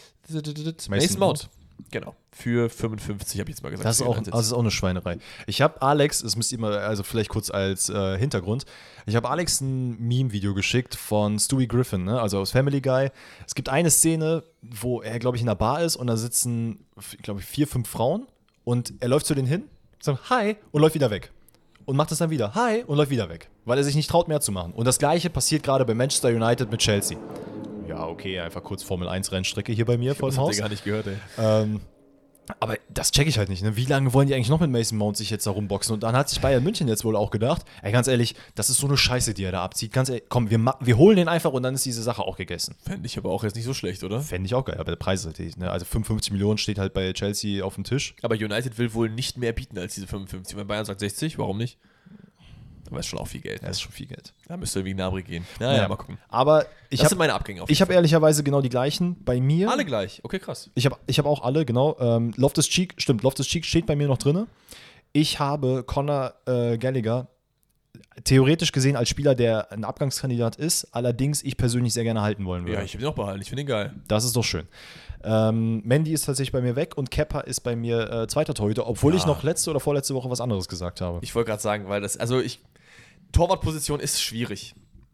Mason Mount. Genau. Für 55 habe ich jetzt mal gesagt. Das ist auch eine Schweinerei. Ich habe Alex, das müsst ihr mal, also vielleicht kurz als Hintergrund, ich habe Alex ein Meme-Video geschickt von Stewie Griffin, ne? Also aus Family Guy. Es gibt eine Szene, wo er, glaube ich, in einer Bar ist und da sitzen, glaube ich, 4, 5 Frauen und er läuft zu denen hin, sagt Hi und läuft wieder weg. Und macht es dann wieder Hi und läuft wieder weg, weil er sich nicht traut, mehr zu machen. Und das Gleiche passiert gerade bei Manchester United mit Chelsea. Ja, okay, einfach kurz Formel 1 Rennstrecke hier bei mir vor dem Haus. Das habt ihr gar nicht gehört, ey. Aber das check ich halt nicht, ne? Wie lange wollen die eigentlich noch mit Mason Mount sich jetzt da rumboxen? Und dann hat sich Bayern München jetzt wohl auch gedacht, ey, ganz ehrlich, das ist so eine Scheiße, die er da abzieht. Ganz ehrlich, komm, wir holen den einfach und dann ist diese Sache auch gegessen. Fände ich aber auch jetzt nicht so schlecht, oder? Fände ich auch geil, aber der Preis ist halt, ne? Also 55 Millionen steht halt bei Chelsea auf dem Tisch. Aber United will wohl nicht mehr bieten als diese 55. Wenn Bayern sagt 60, warum nicht? Aber ist schon auch viel Geld. Das ist schon viel Geld. Da müsste irgendwie Gnabry gehen. Naja, mal gucken. Aber das sind meine Abgänge auf jeden Ich habe ehrlicherweise genau die gleichen. Bei mir. Alle gleich. Okay, krass. Ich hab auch alle, genau. Loftus-Cheek steht bei mir noch drin. Ich habe Conor Gallagher theoretisch gesehen als Spieler, der ein Abgangskandidat ist, allerdings ich persönlich sehr gerne halten wollen würde. Ja, ich will ihn auch behalten. Ich finde ihn geil. Das ist doch schön. Mendy ist tatsächlich bei mir weg und Kepa ist bei mir zweiter Torhüter, obwohl ich noch letzte oder vorletzte Woche was anderes gesagt habe. Ich wollte gerade sagen, weil Torwartposition ist schwierig.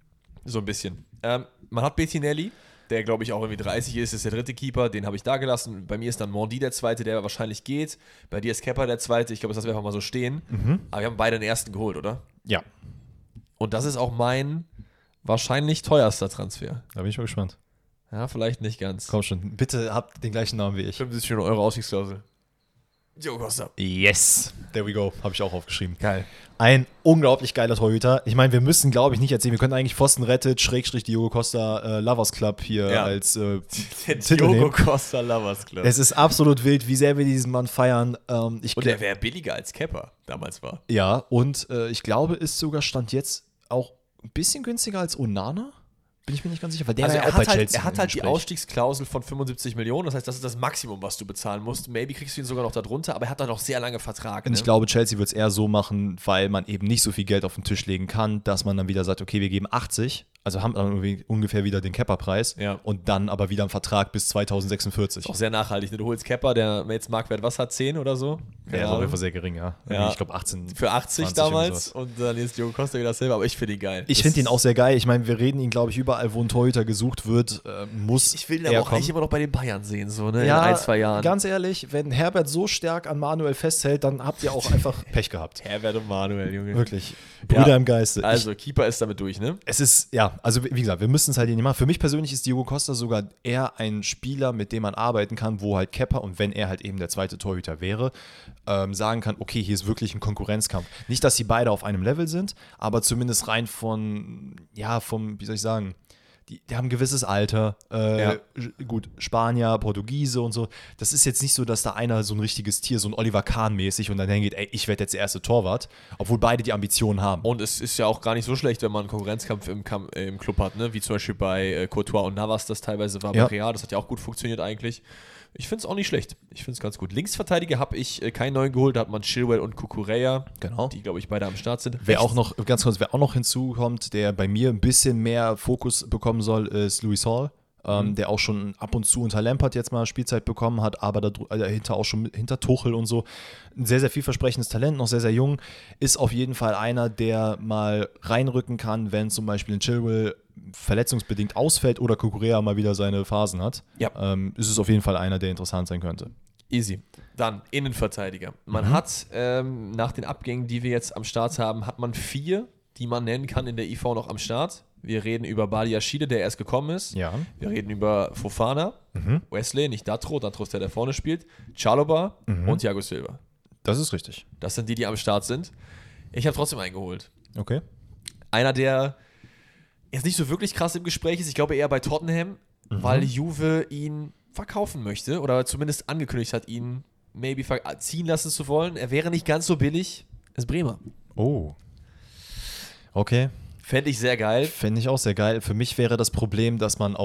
So ein bisschen. Man hat Bettinelli, der glaube ich auch irgendwie 30 ist der dritte Keeper, den habe ich da gelassen. Bei mir ist dann Mondi der zweite, der wahrscheinlich geht. Bei dir ist Kepa der zweite. Ich glaube, das lassen wir einfach mal so stehen. Aber wir haben beide den ersten geholt, oder? Ja. Und das ist auch mein wahrscheinlich teuerster Transfer. Da bin ich mal gespannt. Ja, vielleicht nicht ganz. Komm schon, bitte habt den gleichen Namen wie ich. 75 Millionen Euro Ausstiegsklausel. Diogo Costa. Yes. There we go. Habe ich auch aufgeschrieben. Geil. Ein unglaublich geiler Torhüter. Ich meine, wir müssen, glaube ich, nicht erzählen. Wir können eigentlich Pfosten rettet, / Diogo Costa Lovers Club hier als der Diogo Costa Lovers Club. Es ist absolut wild, wie sehr wir diesen Mann feiern. Und der wäre billiger als Kepa damals war. Ja, und ich glaube, ist sogar Stand jetzt auch ein bisschen günstiger als Onana. Bin ich mir nicht ganz sicher, weil der er hat halt die Ausstiegsklausel von 75 Millionen, das heißt, das ist das Maximum, was du bezahlen musst. Maybe kriegst du ihn sogar noch darunter, aber er hat dann noch sehr lange Vertrag. Und ich glaube, Chelsea wird es eher so machen, weil man eben nicht so viel Geld auf den Tisch legen kann, dass man dann wieder sagt, okay, wir geben 80, also haben dann ungefähr wieder den Kepa-Preis und dann aber wieder einen Vertrag bis 2046. Auch sehr nachhaltig. Du holst Kepa, der jetzt Marktwert was hat, 10 oder so? Ja, ist auf jeden Fall sehr gering, ja. Ich glaube 18. Für 80 damals und dann ist Diogo Costa wieder dasselbe, aber ich finde ihn geil. Ich finde ihn auch sehr geil. Ich meine, wir reden ihn, glaube ich, überall, wo ein Torhüter gesucht wird, muss ich will ihn aber auch eigentlich immer noch bei den Bayern sehen, so, ne? Ja, in 1-2 Jahren. Ganz ehrlich, wenn Herbert so stark an Manuel festhält, dann habt ihr auch einfach Pech gehabt. Herbert und Manuel, Junge. Wirklich. Brüder im Geiste. Also, Keeper ist damit durch, ne? Es ist, ja, also wie gesagt, wir müssen es halt hier nicht machen. Für mich persönlich ist Diogo Costa sogar eher ein Spieler, mit dem man arbeiten kann, wo halt Kepa, und wenn er halt eben der zweite Torhüter wäre, sagen kann, okay, hier ist wirklich ein Konkurrenzkampf. Nicht, dass sie beide auf einem Level sind, aber zumindest rein vom, wie soll ich sagen, die haben ein gewisses Alter, gut, Spanier, Portugiese und so. Das ist jetzt nicht so, dass da einer so ein richtiges Tier, so ein Oliver Kahn-mäßig und dann hingeht, ey, ich werde jetzt der erste Torwart, obwohl beide die Ambitionen haben. Und es ist ja auch gar nicht so schlecht, wenn man einen Konkurrenzkampf im Club hat, ne? Wie zum Beispiel bei Courtois und Navas das teilweise war bei Real, das hat ja auch gut funktioniert eigentlich. Ich finde es auch nicht schlecht. Ich finde es ganz gut. Linksverteidiger habe ich keinen neuen geholt. Da hat man Chilwell und Cucurella, die, glaube ich, beide am Start sind. Wer auch noch hinzukommt, der bei mir ein bisschen mehr Fokus bekommen soll, ist Louis Hall. Der auch schon ab und zu unter Lampard jetzt mal Spielzeit bekommen hat, aber dahinter auch schon hinter Tuchel und so. Ein sehr, sehr vielversprechendes Talent, noch sehr, sehr jung. Ist auf jeden Fall einer, der mal reinrücken kann, wenn zum Beispiel ein Chilwell verletzungsbedingt ausfällt oder Cucurella mal wieder seine Phasen hat. Ja. Ist es auf jeden Fall einer, der interessant sein könnte. Easy. Dann Innenverteidiger. Man hat nach den Abgängen, die wir jetzt am Start haben, hat man 4, die man nennen kann in der IV noch am Start. Wir reden über Badiashile, der erst gekommen ist. Ja. Wir reden über Fofana, Wesley, nicht Datro ist der vorne spielt, Chalobah und Thiago Silva. Das ist richtig. Das sind die am Start sind. Ich habe trotzdem einen geholt. Okay. Einer, der jetzt nicht so wirklich krass im Gespräch ist, ich glaube eher bei Tottenham, weil Juve ihn verkaufen möchte oder zumindest angekündigt hat, ihn maybe ziehen lassen zu wollen. Er wäre nicht ganz so billig. Ist Bremer. Oh. Okay. Fände ich sehr geil. Fände ich auch sehr geil. Für mich wäre das Problem, dass man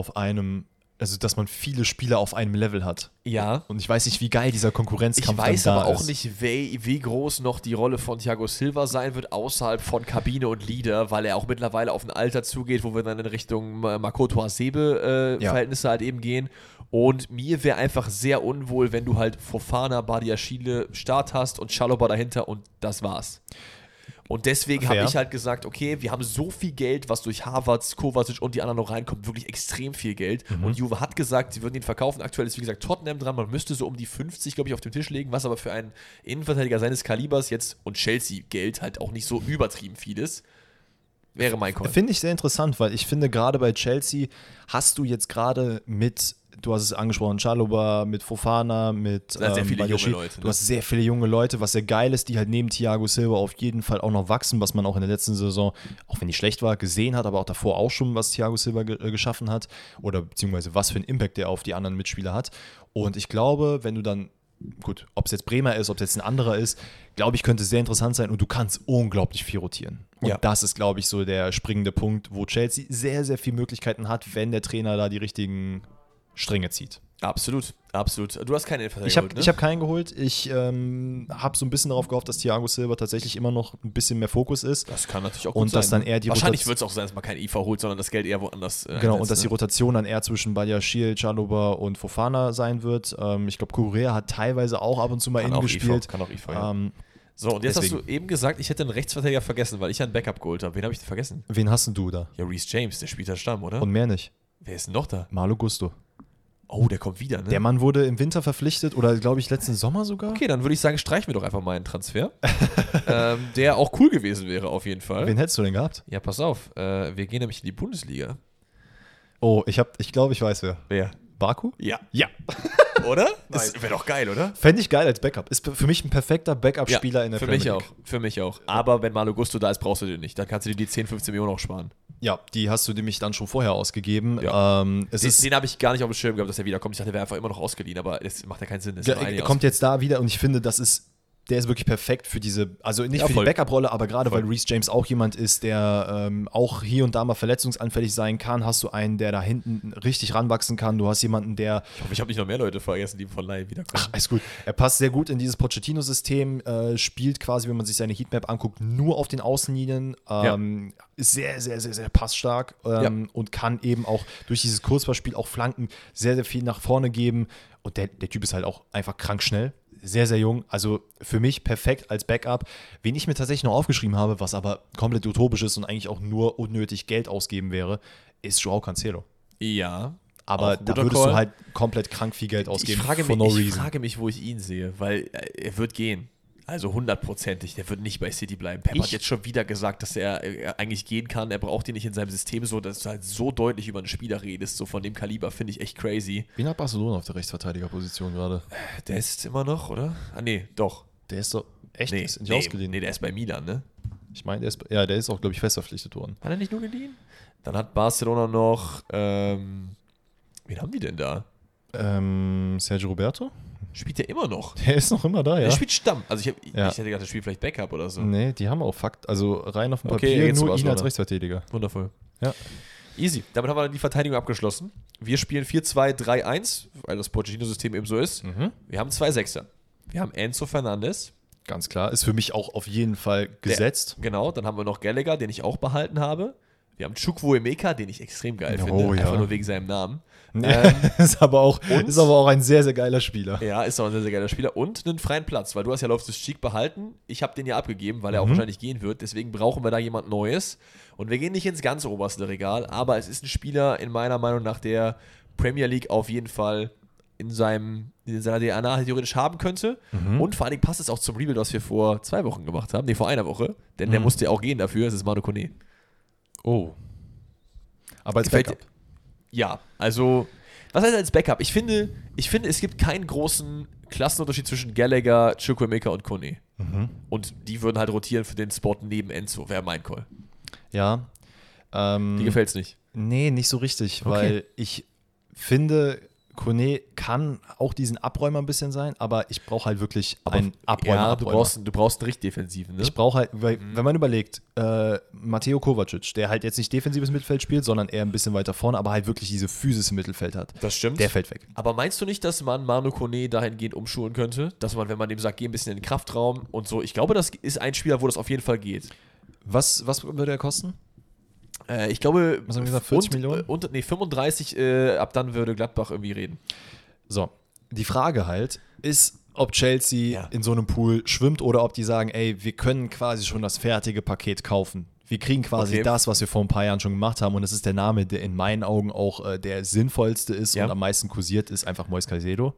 dass man viele Spieler auf einem Level hat. Ja. Und ich weiß nicht, wie geil dieser Konkurrenzkampf Ich weiß dann da aber auch ist. nicht, wie groß noch die Rolle von Thiago Silva sein wird, außerhalb von Kabine und Leader, weil er auch mittlerweile auf ein Alter zugeht, wo wir dann in Richtung Makoto Hasebe-Verhältnisse halt eben gehen. Und mir wäre einfach sehr unwohl, wenn du halt Fofana, Badiashile Start hast und Chalobah dahinter und das war's. Und deswegen habe ich halt gesagt, okay, wir haben so viel Geld, was durch Havertz, Kovacic und die anderen noch reinkommt, wirklich extrem viel Geld. Und Juve hat gesagt, sie würden ihn verkaufen. Aktuell ist, wie gesagt, Tottenham dran. Man müsste so um die 50, glaube ich, auf den Tisch legen, was aber für einen Innenverteidiger seines Kalibers jetzt und Chelsea-Geld halt auch nicht so übertrieben viel ist. Wäre mein Call. Finde ich sehr interessant, weil ich finde, gerade bei Chelsea hast du jetzt gerade du hast es angesprochen, Chalobah, mit Fofana, mit sehr viele junge Leute. Du hast sehr viele junge Leute, was sehr geil ist, die halt neben Thiago Silva auf jeden Fall auch noch wachsen, was man auch in der letzten Saison, auch wenn die schlecht war, gesehen hat, aber auch davor auch schon, was Thiago Silva geschaffen hat oder beziehungsweise was für einen Impact der auf die anderen Mitspieler hat. Und ich glaube, wenn du dann, gut, ob es jetzt Bremer ist, ob es jetzt ein anderer ist, glaube ich, könnte sehr interessant sein und du kannst unglaublich viel rotieren. Und das ist, glaube ich, so der springende Punkt, wo Chelsea sehr, sehr viele Möglichkeiten hat, wenn der Trainer da die richtigen Stränge zieht. Absolut, absolut. Du hast keinen Innenverteidiger geholt, ne? Ich habe keinen geholt. Ich habe so ein bisschen darauf gehofft, dass Thiago Silva tatsächlich immer noch ein bisschen mehr Fokus ist. Das kann natürlich auch gut und sein. Dass dann eher die Wahrscheinlich wird es auch sein, dass man kein IFA holt, sondern das Geld eher woanders genau, und dass die Rotation dann eher zwischen Badiashile, Chalobah und Fofana sein wird. Ich glaube, Correa hat teilweise auch ab und zu mal innen gespielt. Kann auch IFA, ja. So, und jetzt deswegen. hast du eben gesagt, ich hätte einen Rechtsverteidiger vergessen, weil ich einen Backup geholt habe. Wen habe ich denn vergessen? Wen hast denn du da? Ja, Reece James, der spielt da Stamm, oder? Und mehr nicht. Wer ist denn noch da? Malo Gusto. Oh, der kommt wieder, ne? Der Mann wurde im Winter verpflichtet oder, glaube ich, letzten Sommer sogar. Okay, dann würde ich sagen, streichen wir doch einfach mal einen Transfer, der auch cool gewesen wäre auf jeden Fall. Wen hättest du denn gehabt? Ja, pass auf, wir gehen nämlich in die Bundesliga. Oh, ich glaube, ich weiß wer. Wer? Baku? Ja. Ja. Oder? Das wäre doch geil, oder? Fände ich geil als Backup. Ist für mich ein perfekter Backup-Spieler in der Premier League. Für mich auch. Aber wenn Malo Gusto da ist, brauchst du den nicht. Dann kannst du dir die 10, 15 Millionen auch sparen. Ja, die hast du nämlich dann schon vorher ausgegeben. Ja. Den habe ich gar nicht auf dem Schirm gehabt, dass er wiederkommt. Ich dachte, der wäre einfach immer noch ausgeliehen, aber das macht ja keinen Sinn. Er kommt jetzt da wieder und ich finde, der ist wirklich perfekt für diese, also nicht für die Backup-Rolle, aber gerade weil Reece James auch jemand ist, der auch hier und da mal verletzungsanfällig sein kann, hast du einen, der da hinten richtig ranwachsen kann. Du hast jemanden, der... Ich hoffe, ich habe nicht noch mehr Leute vergessen, die von Laie wiederkommen. Ach, alles gut. Er passt sehr gut in dieses Pochettino-System, spielt quasi, wenn man sich seine Heatmap anguckt, nur auf den Außenlinien, ist sehr, sehr, sehr, sehr passstark und kann eben auch durch dieses Kurzballspiel auch Flanken sehr, sehr viel nach vorne geben. Und der Typ ist halt auch einfach krank schnell. Sehr, sehr jung. Also für mich perfekt als Backup. Wen ich mir tatsächlich noch aufgeschrieben habe, was aber komplett utopisch ist und eigentlich auch nur unnötig Geld ausgeben wäre, ist Joao Cancelo. Ja. Aber da würdest du halt komplett krank viel Geld ausgeben. Ich frage mich, wo ich ihn sehe, weil er wird gehen. Also 100%ig, der wird nicht bei City bleiben. Pep hat jetzt schon wieder gesagt, dass er eigentlich gehen kann. Er braucht ihn nicht in seinem System so, dass du halt so deutlich über einen Spieler redest. So von dem Kaliber finde ich echt crazy. Wen hat Barcelona auf der Rechtsverteidigerposition gerade? Der ist immer noch, oder? Ah, nee, doch. Der ist doch echt ist nicht ausgeliehen. Nee, der ist bei Milan, ne? Ich meine, der ist auch, glaube ich, fest verpflichtet worden. Hat er nicht nur geliehen? Dann hat Barcelona noch, wen haben die denn da? Sergio Roberto? Spielt der immer noch? Der ist noch immer da, ja. Der spielt Stamm. Also ich hätte gedacht, der spielt vielleicht Backup oder so. Nee, die haben auch also rein auf dem Papier nur ihn als Rechtsverteidiger. Wundervoll. Ja. Easy. Damit haben wir dann die Verteidigung abgeschlossen. Wir spielen 4-2-3-1, weil das Pochettino-System eben so ist. Wir haben 2 Sechser. Wir haben Enzo Fernandes. Ganz klar. Ist für mich auch auf jeden Fall gesetzt. Genau. Dann haben wir noch Gallagher, den ich auch behalten habe. Wir haben Chukwuemeka, den ich extrem geil finde. Einfach nur wegen seinem Namen. Ist aber auch ein sehr, sehr geiler Spieler. Ja, ist auch ein sehr, sehr geiler Spieler. Und einen freien Platz, weil du hast ja Loftus-Cheek behalten. Ich habe den ja abgegeben, weil er auch wahrscheinlich gehen wird. Deswegen brauchen wir da jemand Neues. Und wir gehen nicht ins ganz oberste Regal, aber es ist ein Spieler in meiner Meinung nach, der Premier League auf jeden Fall in seiner DNA theoretisch haben könnte. Und vor allen Dingen passt es auch zum Rebuild, was wir vor 2 Wochen gemacht haben. Nee, vor einer Woche. Denn der musste ja auch gehen dafür. Es ist Manu Kone. Oh. Aber als Backup. Ja, also Was heißt als Backup? Ich finde, es gibt keinen großen Klassenunterschied zwischen Gallagher, Chukwuemeka und Kone. Und die würden halt rotieren für den Spot neben Enzo, wäre mein Call. Ja. Die gefällt's nicht? Nee, nicht so richtig, weil ich finde, Kone kann auch diesen Abräumer ein bisschen sein, aber ich brauche halt wirklich einen Abräumer. Ja, du brauchst einen richtig defensiven, ne? Ich brauche halt, weil, wenn man überlegt, Mateo Kovacic, der halt jetzt nicht defensives Mittelfeld spielt, sondern eher ein bisschen weiter vorne, aber halt wirklich diese Physis im Mittelfeld hat. Das stimmt. Der fällt weg. Aber meinst du nicht, dass man Manu Kone dahingehend umschulen könnte? Dass man, wenn man dem sagt, geh ein bisschen in den Kraftraum und so. Ich glaube, das ist ein Spieler, wo das auf jeden Fall geht. Was würde er kosten? Ich glaube, was haben wir gesagt, 40 Millionen? 35, ab dann würde Gladbach irgendwie reden. So, die Frage halt ist, ob Chelsea in so einem Pool schwimmt oder ob die sagen, ey, wir können quasi schon das fertige Paket kaufen. Wir kriegen quasi das, was wir vor ein paar Jahren schon gemacht haben und das ist der Name, der in meinen Augen auch der sinnvollste ist und am meisten kursiert ist, einfach Moise Caicedo.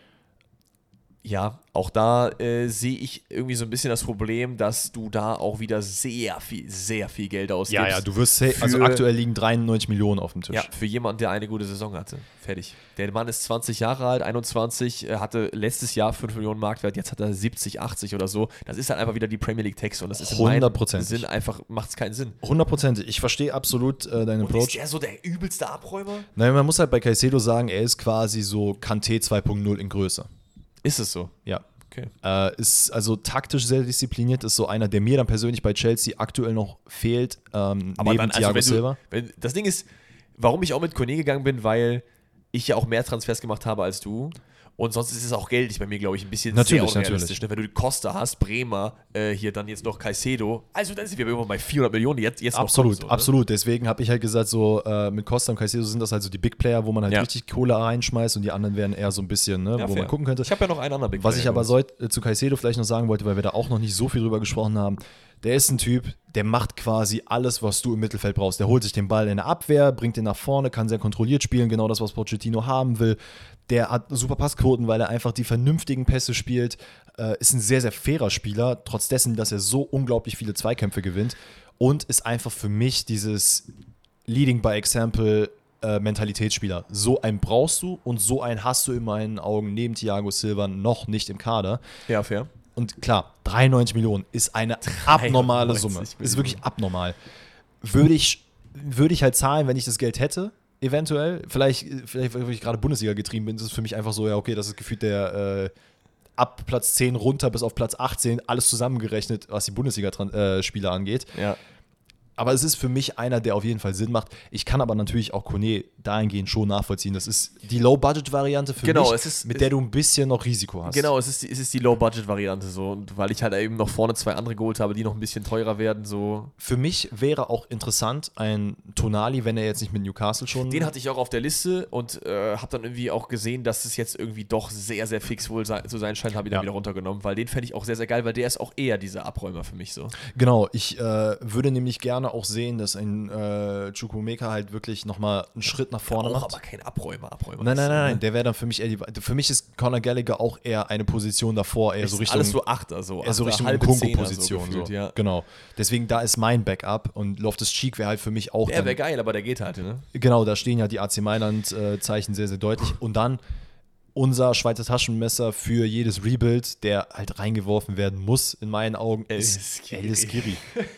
Ja, auch da sehe ich irgendwie so ein bisschen das Problem, dass du da auch wieder sehr viel Geld ausgibst. Ja, du wirst also aktuell liegen 93 Millionen auf dem Tisch. Ja, für jemanden, der eine gute Saison hatte. Fertig. Der Mann ist 20 Jahre alt, 21, hatte letztes Jahr 5 Millionen Marktwert, jetzt hat er 70, 80 oder so. Das ist halt einfach wieder die Premier League Text und das ist in meinem Sinn einfach, macht es keinen Sinn. 100%. Ich verstehe absolut deinen Approach. Ist der so der übelste Abräumer? Nein, man muss halt bei Caicedo sagen, er ist quasi so Kanté 2.0 in Größe. Ist es so? Ja. Okay. Ist also taktisch sehr diszipliniert, ist so einer, der mir dann persönlich bei Chelsea aktuell noch fehlt, aber neben dann, Thiago Silva. Das Ding ist, warum ich auch mit Kone gegangen bin, weil ich ja auch mehr Transfers gemacht habe als du. Und sonst ist es auch geldlich bei mir, glaube ich, ein bisschen sehr unrealistisch. Ne? Wenn du Costa hast, Bremer, hier dann jetzt noch Caicedo, also dann sind wir irgendwann bei 400 Millionen, jetzt absolut, noch kommt, so, absolut. Ne? Deswegen habe ich halt gesagt, so mit Costa und Caicedo sind das halt so die Big Player, wo man halt richtig Kohle reinschmeißt und die anderen wären eher so ein bisschen, ne, wo man gucken könnte. Ich habe ja noch einen anderen Big Player. Was ich aber zu Caicedo vielleicht noch sagen wollte, weil wir da auch noch nicht so viel drüber gesprochen haben, der ist ein Typ, der macht quasi alles, was du im Mittelfeld brauchst. Der holt sich den Ball in der Abwehr, bringt den nach vorne, kann sehr kontrolliert spielen, genau das, was Pochettino haben will. Der hat super Passquoten, weil er einfach die vernünftigen Pässe spielt. Ist ein sehr, sehr fairer Spieler, trotz dessen, dass er so unglaublich viele Zweikämpfe gewinnt. Und ist einfach für mich dieses Leading by Example Mentalitätsspieler. So einen brauchst du und so einen hast du in meinen Augen neben Thiago Silva noch nicht im Kader. Ja, fair. Und klar, 93 Millionen ist eine abnormale Summe. Ist wirklich abnormal. Würde ich halt zahlen, wenn ich das Geld hätte, eventuell. Vielleicht weil ich gerade Bundesliga getrieben bin, ist es für mich einfach so, ja, okay, das ist gefühlt der ab Platz 10 runter bis auf Platz 18, alles zusammengerechnet, was die Bundesliga-Spieler angeht. Ja. Aber es ist für mich einer, der auf jeden Fall Sinn macht. Ich kann aber natürlich auch Kone dahingehend schon nachvollziehen. Das ist die Low-Budget-Variante für mich, mit der du ein bisschen noch Risiko hast. Genau, es ist die Low-Budget-Variante so. Und weil ich halt eben noch vorne 2 andere geholt habe, die noch ein bisschen teurer werden. So. Für mich wäre auch interessant ein Tonali, wenn er jetzt nicht mit Newcastle schon... Den hatte ich auch auf der Liste und habe dann irgendwie auch gesehen, dass es jetzt irgendwie doch sehr, sehr fix wohl zu sein scheint, habe ich dann wieder runtergenommen. Weil den fände ich auch sehr, sehr geil, weil der ist auch eher dieser Abräumer für mich so. Genau, ich würde nämlich gerne auch sehen, dass ein Chukwuemeka halt wirklich nochmal einen Schritt nach vorne macht. Aber kein Abräumer. Nein, der wäre dann für mich eher für mich ist Conor Gallagher auch eher eine Position davor, eher so Richtung alles so Achter, so eher so Richtung Kunku-Position. So. Ja. Genau. Deswegen, da ist mein Backup und Loftus-Cheek wäre halt für mich auch. Der wäre geil, aber der geht halt, ne? Genau, da stehen ja die AC Mailand-Zeichen sehr, sehr deutlich. Und dann unser Schweizer Taschenmesser für jedes Rebuild, der halt reingeworfen werden muss, in meinen Augen, ist El-Skiri.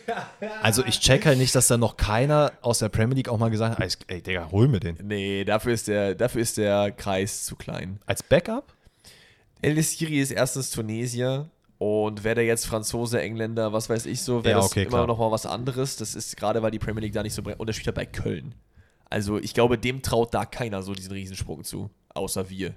Also ich check halt nicht, dass da noch keiner aus der Premier League auch mal gesagt hat, ey Digga, hol mir den. Nee, dafür ist der Kreis zu klein. Als Backup? El-Skiri ist erstens Tunesier und wäre der jetzt Franzose, Engländer, was weiß ich so, wäre das immer noch mal was anderes. Das ist gerade, weil die Premier League da nicht so brennt. Und er spielt ja bei Köln. Also ich glaube, dem traut da keiner so diesen Riesensprung zu, außer wir.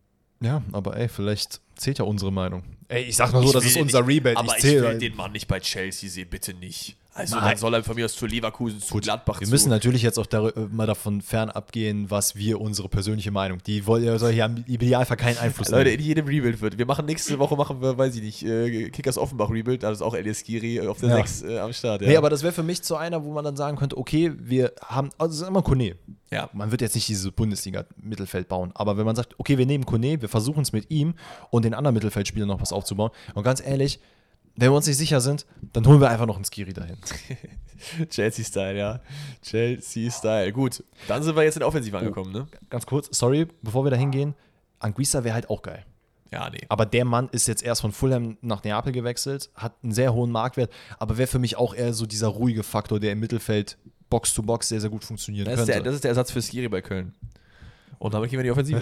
Ja, aber ey, vielleicht zählt ja unsere Meinung. Ey, ich sag mal so, das ist unser Rebuild. Aber ich will den Mann nicht bei Chelsea sehen, bitte nicht. Also dann soll er von mir aus zu Leverkusen, zu Gladbach. Wir müssen natürlich jetzt auch mal davon fernab gehen, was unsere persönliche Meinung. Die soll hier im Idealfall keinen Einfluss Leute, in jedem Rebuild wird. Nächste Woche machen wir, weiß ich nicht, Kickers Offenbach Rebuild, da ist auch El-Skiri auf der 6 am Start. Ja. Nee, aber das wäre für mich so einer, wo man dann sagen könnte, okay, wir haben, also es ist immer Kone. Ja. Man wird jetzt nicht dieses Bundesliga-Mittelfeld bauen, aber wenn man sagt, okay, wir nehmen Kone, wir versuchen es mit ihm und den anderen Mittelfeldspielern noch was aufzubauen und ganz ehrlich, Wenn wir uns nicht sicher sind, dann holen wir einfach noch einen Skiri dahin. Chelsea-Style, ja. Chelsea-Style. Gut, dann sind wir jetzt in der Offensive angekommen, ne? Ganz kurz, sorry, bevor wir da hingehen. Anguissa wäre halt auch geil. Ja, nee. Aber der Mann ist jetzt erst von Fulham nach Neapel gewechselt, hat einen sehr hohen Marktwert, aber wäre für mich auch eher so dieser ruhige Faktor, der im Mittelfeld Box-to-Box sehr, sehr gut funktionieren könnte. Das ist der Ersatz für Skiri bei Köln. Und damit gehen wir in die Offensive.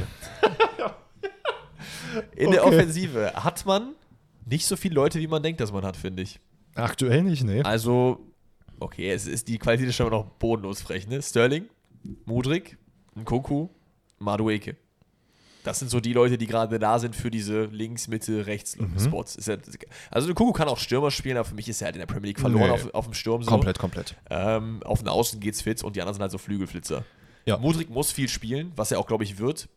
In der Offensive hat man nicht so viele Leute, wie man denkt, dass man hat, finde ich. Aktuell nicht, ne? Also, okay, die Qualität ist schon noch bodenlos frech, ne? Sterling, Mudryk, Nkunku, Madueke. Das sind so die Leute, die gerade da sind für diese Links-, Mitte-, Rechts-Spots. Also Nkunku kann auch Stürmer spielen, aber für mich ist er halt in der Premier League verloren auf dem Sturm. So. Komplett. Auf den Außen geht's fit und die anderen sind halt so Flügelflitzer. Ja. Mudryk muss viel spielen, was er auch, glaube ich, wird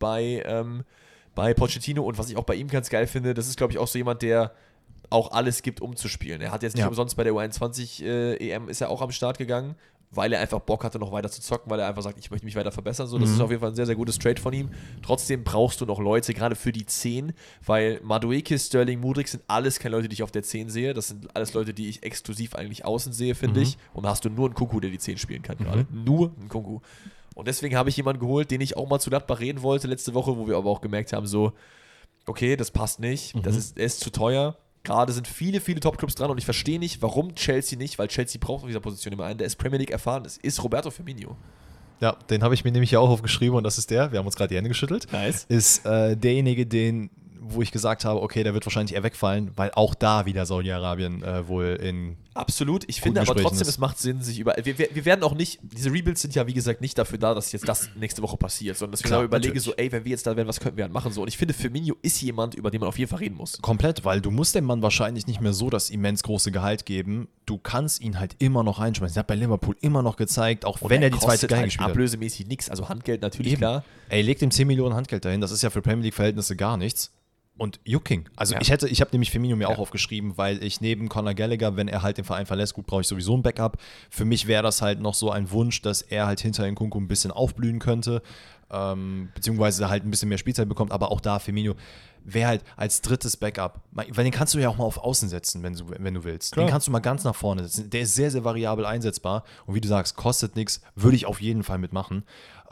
bei Pochettino, und was ich auch bei ihm ganz geil finde, das ist, glaube ich, auch so jemand, der auch alles gibt, um zu spielen. Er hat jetzt nicht umsonst bei der U21 EM ist er auch am Start gegangen, weil er einfach Bock hatte, noch weiter zu zocken, weil er einfach sagt, ich möchte mich weiter verbessern. So, das ist auf jeden Fall ein sehr, sehr gutes Trade von ihm. Trotzdem brauchst du noch Leute, gerade für die 10, weil Madueke, Sterling, Mudryk sind alles keine Leute, die ich auf der 10 sehe. Das sind alles Leute, die ich exklusiv eigentlich außen sehe, finde ich. Und da hast du nur einen Nkunku, der die 10 spielen kann gerade. Nur einen Nkunku. Und deswegen habe ich jemanden geholt, den ich auch mal zu Gladbach reden wollte letzte Woche, wo wir aber auch gemerkt haben, so, okay, das passt nicht, er ist zu teuer. Gerade sind viele, viele Top-Clubs dran und ich verstehe nicht, warum Chelsea nicht, weil Chelsea braucht auf dieser Position immer einen, der ist Premier League erfahren, das ist Roberto Firmino. Ja, den habe ich mir nämlich ja auch aufgeschrieben und das ist wir haben uns gerade die Hände geschüttelt. Nice. Ist derjenige, wo ich gesagt habe, okay, der wird wahrscheinlich eher wegfallen, weil auch da wieder Saudi-Arabien wohl in absolut, ich finde aber trotzdem, es macht Sinn, sich wir werden auch nicht, diese Rebuilds sind ja wie gesagt nicht dafür da, dass jetzt das nächste Woche passiert, sondern dass ich überlege, so, ey, wenn wir jetzt da wären, was könnten wir dann machen, so, und ich finde, Firmino ist jemand, über den man auf jeden Fall reden muss. Komplett, weil du musst dem Mann wahrscheinlich nicht mehr so das immens große Gehalt geben, du kannst ihn halt immer noch reinschmeißen, er hat bei Liverpool immer noch gezeigt, auch und wenn er die zweite Geige gespielt hat. Ablösemäßig nichts, also Handgeld natürlich, klar. Ey, leg dem 10 Millionen Handgeld dahin, das ist ja für Premier League-Verhältnisse gar nichts. Und Jucking. Also ich habe nämlich Firmino mir auch aufgeschrieben, weil ich neben Conor Gallagher, wenn er halt den Verein verlässt, gut, brauche ich sowieso ein Backup. Für mich wäre das halt noch so ein Wunsch, dass er halt hinter Nkunku ein bisschen aufblühen könnte, beziehungsweise halt ein bisschen mehr Spielzeit bekommt, aber auch da Firmino wäre halt als drittes Backup, weil den kannst du ja auch mal auf Außen setzen, wenn du willst. Klar. Den kannst du mal ganz nach vorne setzen. Der ist sehr, sehr variabel einsetzbar und wie du sagst, kostet nichts, würde ich auf jeden Fall mitmachen.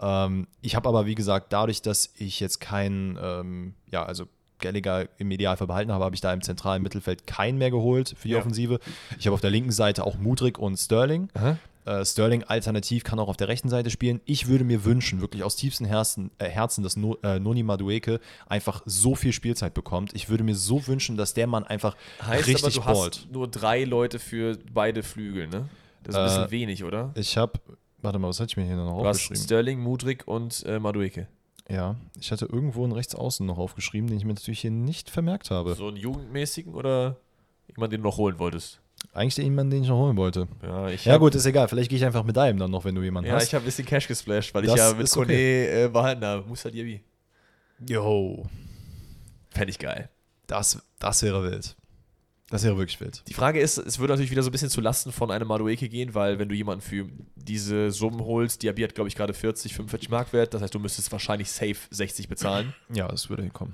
Ich habe aber, wie gesagt, dadurch, dass ich jetzt keinen, Gallagher im Idealfall behalten habe ich da im zentralen Mittelfeld keinen mehr geholt für die Offensive. Ich habe auf der linken Seite auch Mudryk und Sterling. Sterling alternativ kann auch auf der rechten Seite spielen. Ich würde mir wünschen, wirklich aus tiefstem Herzen, dass Noni Madueke einfach so viel Spielzeit bekommt. Ich würde mir so wünschen, dass der Mann einfach richtig aber du ballt. Hast nur 3 Leute für beide Flügel, ne? Das ist ein bisschen wenig, oder? Ich habe, warte mal, was hatte ich mir hier noch aufgeschrieben? Du hast Sterling, Mudryk und Madueke. Ja, ich hatte irgendwo einen Rechtsaußen noch aufgeschrieben, den ich mir natürlich hier nicht vermerkt habe. So einen jugendmäßigen oder jemanden, den du noch holen wolltest? Eigentlich jemanden, den ich noch holen wollte. Ja, gut, ist egal. Vielleicht gehe ich einfach mit deinem dann noch, wenn du jemanden hast. Ja, ich habe ein bisschen Cash gesplasht, weil ich ja mit Kone behalten habe. Musa Diaby. Jo. Fände ich geil. Das wäre wild. Das wäre wirklich wild. Die Frage ist, es würde natürlich wieder so ein bisschen zu Lasten von einem Madueke gehen, weil wenn du jemanden für diese Summen holst, Diaby hat, glaube ich, gerade 40, 45 Mark wert, das heißt, du müsstest wahrscheinlich safe 60 bezahlen. Ja, das würde hinkommen.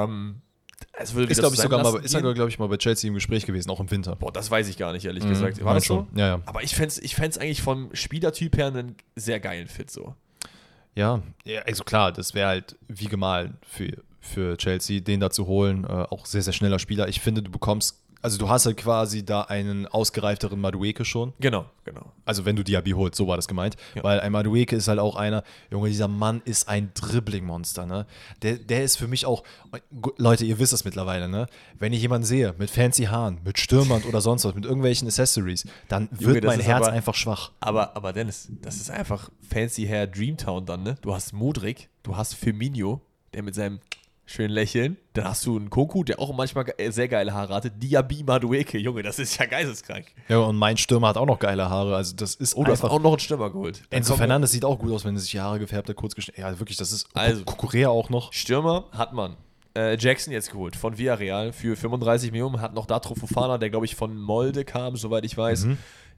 Es würde ist, glaube ich, glaube ich, mal bei Chelsea im Gespräch gewesen, auch im Winter. Boah, das weiß ich gar nicht, ehrlich gesagt. War das schon? So? Ja. Aber ich fände es eigentlich vom Spielertyp her einen sehr geilen Fit so. Ja, also klar, das wäre halt wie gemalt für Chelsea, den da zu holen. Auch sehr, sehr schneller Spieler. Ich finde, du hast halt quasi da einen ausgereifteren Madueke schon. Genau. Also wenn du Diaby holst, so war das gemeint. Ja. Weil ein Madueke ist halt auch einer, Junge, dieser Mann ist ein Dribbling-Monster, ne? Der ist für mich auch, Leute, ihr wisst das mittlerweile, ne? Wenn ich jemanden sehe mit fancy Haaren, mit Stürmern oder sonst was, mit irgendwelchen Accessories, dann wird mein Herz einfach schwach. Aber Dennis, das ist einfach fancy Hair Dreamtown dann, ne? Du hast Mudryk, du hast Firmino, der mit seinem schön lächeln. Dann hast du einen Nkunku, der auch manchmal sehr geile Haare hatte. Diaby Madueke, Junge, das ist ja geisteskrank. Ja, und mein Stürmer hat auch noch geile Haare. Also das ist du hast auch noch einen Stürmer geholt. Enzo Fernandes sieht auch gut aus, wenn er sich die Haare gefärbt hat, kurz geschnitten. Ja, wirklich, das ist Kukurea auch noch. Stürmer hat man. Jackson jetzt geholt von Villarreal für 35 Millionen. Hat noch Datro Fofana, der, glaube ich, von Molde kam, soweit ich weiß.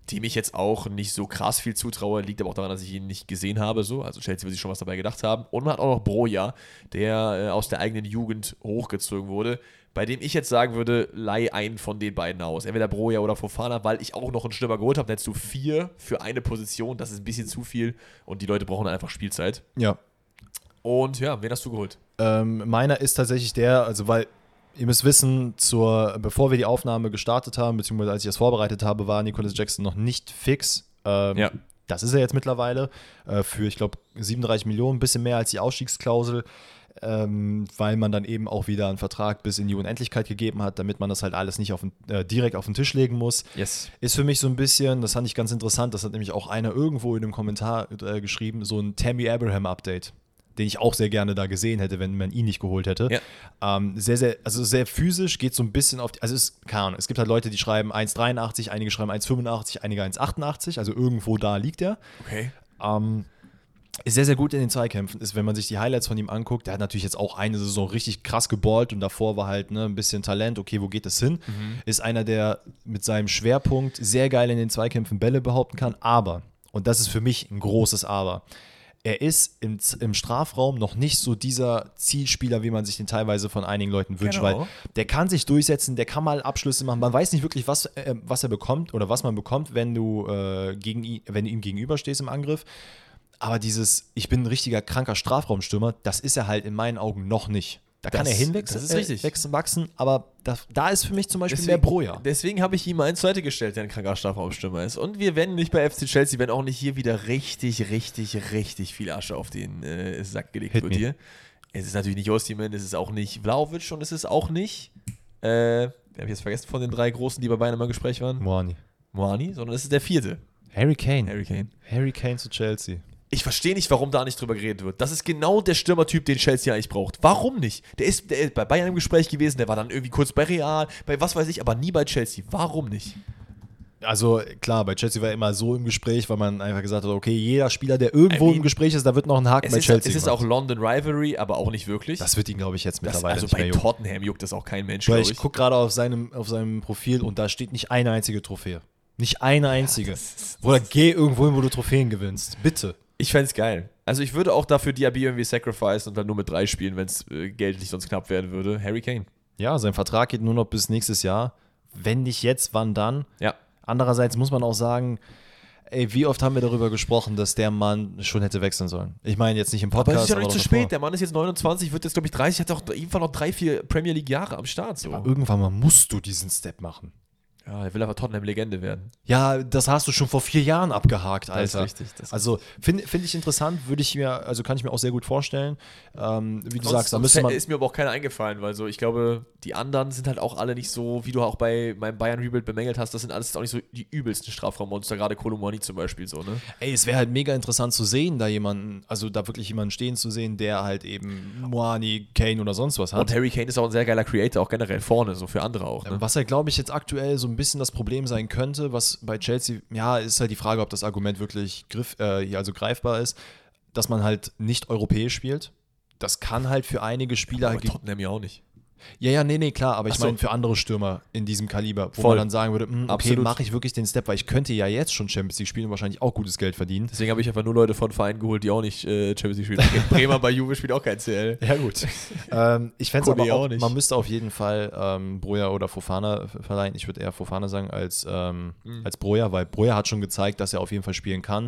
dem ich jetzt auch nicht so krass viel zutraue, liegt aber auch daran, dass ich ihn nicht gesehen habe. So. Also Chelsea wird sich schon was dabei gedacht haben. Und man hat auch noch Broja, der aus der eigenen Jugend hochgezogen wurde, bei dem ich jetzt sagen würde, leih einen von den beiden aus. Entweder Broja oder Fofana, weil ich auch noch einen Stürmer geholt habe. Dann hättest du 4 für eine Position. Das ist ein bisschen zu viel und die Leute brauchen einfach Spielzeit. Ja. Und ja, wen hast du geholt? Meiner ist tatsächlich der, also weil ihr müsst wissen, bevor wir die Aufnahme gestartet haben, beziehungsweise als ich das vorbereitet habe, war Nicolas Jackson noch nicht fix. Ja. Das ist er jetzt mittlerweile für, ich glaube, 37 Millionen, ein bisschen mehr als die Ausstiegsklausel, weil man dann eben auch wieder einen Vertrag bis in die Unendlichkeit gegeben hat, damit man das halt alles nicht direkt auf den Tisch legen muss. Yes. Ist für mich so ein bisschen, das fand ich ganz interessant, das hat nämlich auch einer irgendwo in einem Kommentar geschrieben, so ein Tammy Abraham-Update, den ich auch sehr gerne da gesehen hätte, wenn man ihn nicht geholt hätte. Ja. Sehr physisch, geht so ein bisschen auf keine Ahnung, es gibt halt Leute, die schreiben 1,83, einige schreiben 1,85, einige 1,88, also irgendwo da liegt er. Okay. Ist sehr, sehr gut in den Zweikämpfen, ist, wenn man sich die Highlights von ihm anguckt, der hat natürlich jetzt auch eine Saison richtig krass geballt und davor war halt ein bisschen Talent, okay, wo geht das hin? Ist einer, der mit seinem Schwerpunkt sehr geil in den Zweikämpfen Bälle behaupten kann, aber, und das ist für mich ein großes Aber, er ist im Strafraum noch nicht so dieser Zielspieler, wie man sich den teilweise von einigen Leuten wünscht, weil der kann sich durchsetzen, der kann mal Abschlüsse machen. Man weiß nicht wirklich, was er bekommt oder was man bekommt, wenn du ihm gegenüberstehst im Angriff. Aber ich bin ein richtiger kranker Strafraumstürmer, das ist er halt in meinen Augen noch nicht. Da kann er hinwachsen, das ist richtig. Wachsen, aber da ist für mich zum Beispiel mehr Broja. Deswegen habe ich ihm einen Seite gestellt, der ein kranker Strafraumstürmer ist. Und wir werden nicht bei FC Chelsea, wenn auch nicht hier wieder richtig viel Asche auf den Sack gelegt wird hier. Es ist natürlich nicht Osimhen, es ist auch nicht Vlahovic und es ist auch nicht, wer habe ich jetzt vergessen von den 3 Großen, die bei beiden immer im Gespräch waren? Moani, sondern es ist der 4. Harry Kane zu Chelsea. Ich verstehe nicht, warum da nicht drüber geredet wird. Das ist genau der Stürmertyp, den Chelsea eigentlich braucht. Warum nicht? Der ist bei Bayern im Gespräch gewesen, der war dann irgendwie kurz bei Real, bei was weiß ich, aber nie bei Chelsea. Warum nicht? Also klar, bei Chelsea war er immer so im Gespräch, weil man einfach gesagt hat, okay, jeder Spieler, der irgendwo im Gespräch ist, da wird noch ein Haken bei Chelsea. Es ist auch London Rivalry, aber auch nicht wirklich. Das wird ihn, glaube ich, jetzt mittlerweile nicht mehr jucken. Also bei Tottenham juckt das auch kein Mensch, glaube ich. Ich gucke gerade auf seinem Profil und da steht nicht eine einzige Trophäe. Nicht eine einzige. Oder geh irgendwo hin, wo du Trophäen gewinnst. Bitte. Ich fände es geil. Also ich würde auch dafür Diaby irgendwie sacrifice und dann nur mit 3 spielen, wenn es geldlich sonst knapp werden würde. Harry Kane. Ja, sein Vertrag geht nur noch bis nächstes Jahr. Wenn nicht jetzt, wann dann? Ja. Andererseits muss man auch sagen, wie oft haben wir darüber gesprochen, dass der Mann schon hätte wechseln sollen? Ich meine jetzt nicht im Podcast. Aber es ist ja noch nicht zu spät. Der Mann ist jetzt 29, wird jetzt glaube ich 30, hat auch jedenfalls noch 3-4 Premier League Jahre am Start. So. Aber irgendwann mal musst du diesen Step machen. Ja, er will aber Tottenham-Legende werden. Ja, das hast du schon vor 4 Jahren abgehakt, Alter. Das ist richtig. Also finde ich interessant, kann ich mir auch sehr gut vorstellen. Wie du sagst, da müsste man. Ist mir aber auch keiner eingefallen, weil so, ich glaube, die anderen sind halt auch alle nicht so, wie du auch bei meinem Bayern-Rebuild bemängelt hast, das sind alles auch nicht so die übelsten Strafraummonster, gerade Kolo Muani zum Beispiel so, ne? Ey, es wäre halt mega interessant zu sehen, da wirklich jemanden stehen zu sehen, der halt eben Muani, Kane oder sonst was hat. Und Harry Kane ist auch ein sehr geiler Creator, auch generell vorne, so für andere auch, ne? Was halt, glaube ich, jetzt aktuell so ein bisschen das Problem sein könnte, was bei Chelsea, ja, ist halt die Frage, ob das Argument wirklich greifbar ist, dass man halt nicht europäisch spielt. Das kann halt für einige Spieler aber Tottenham ja auch nicht. Ja, nee, klar, aber ich meine für andere Stürmer in diesem Kaliber, wo man dann sagen würde, okay, mache ich wirklich den Step, weil ich könnte ja jetzt schon Champions League spielen und wahrscheinlich auch gutes Geld verdienen. Deswegen habe ich einfach nur Leute von Vereinen geholt, die auch nicht Champions League spielen. Bremer bei Juve spielt auch kein CL. Ja gut. Ich fände es aber auch nicht. Man müsste auf jeden Fall Broja oder Fofana verleihen. Ich würde eher Fofana sagen als Broja, weil Broja hat schon gezeigt, dass er auf jeden Fall spielen kann.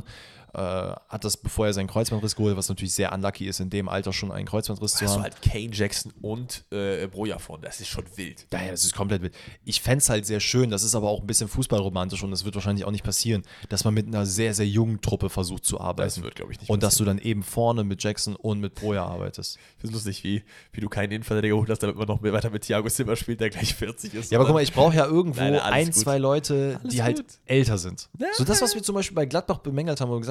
Hat das, bevor er seinen Kreuzbandriss geholt hat, was natürlich sehr unlucky ist, in dem Alter schon einen Kreuzbandriss zu haben. Also halt Kane, Jackson und Broja vorne, das ist schon wild. Ja, das ist komplett wild. Ich fände es halt sehr schön, das ist aber auch ein bisschen fußballromantisch und das wird wahrscheinlich auch nicht passieren, dass man mit einer sehr, sehr jungen Truppe versucht zu arbeiten. Das wird, glaube ich, nicht und passieren. Dass du dann eben vorne mit Jackson und mit Broja arbeitest. Ich finde es lustig, wie du keinen Innenverteidiger geholt hast, damit man noch weiter mit Thiago Silva spielt, der gleich 40 ist. Ja, aber guck mal, ich brauche ja irgendwo zwei Leute, die halt älter sind. Ja, so das, was wir zum Beispiel bei Gladbach bemängelt haben und gesagt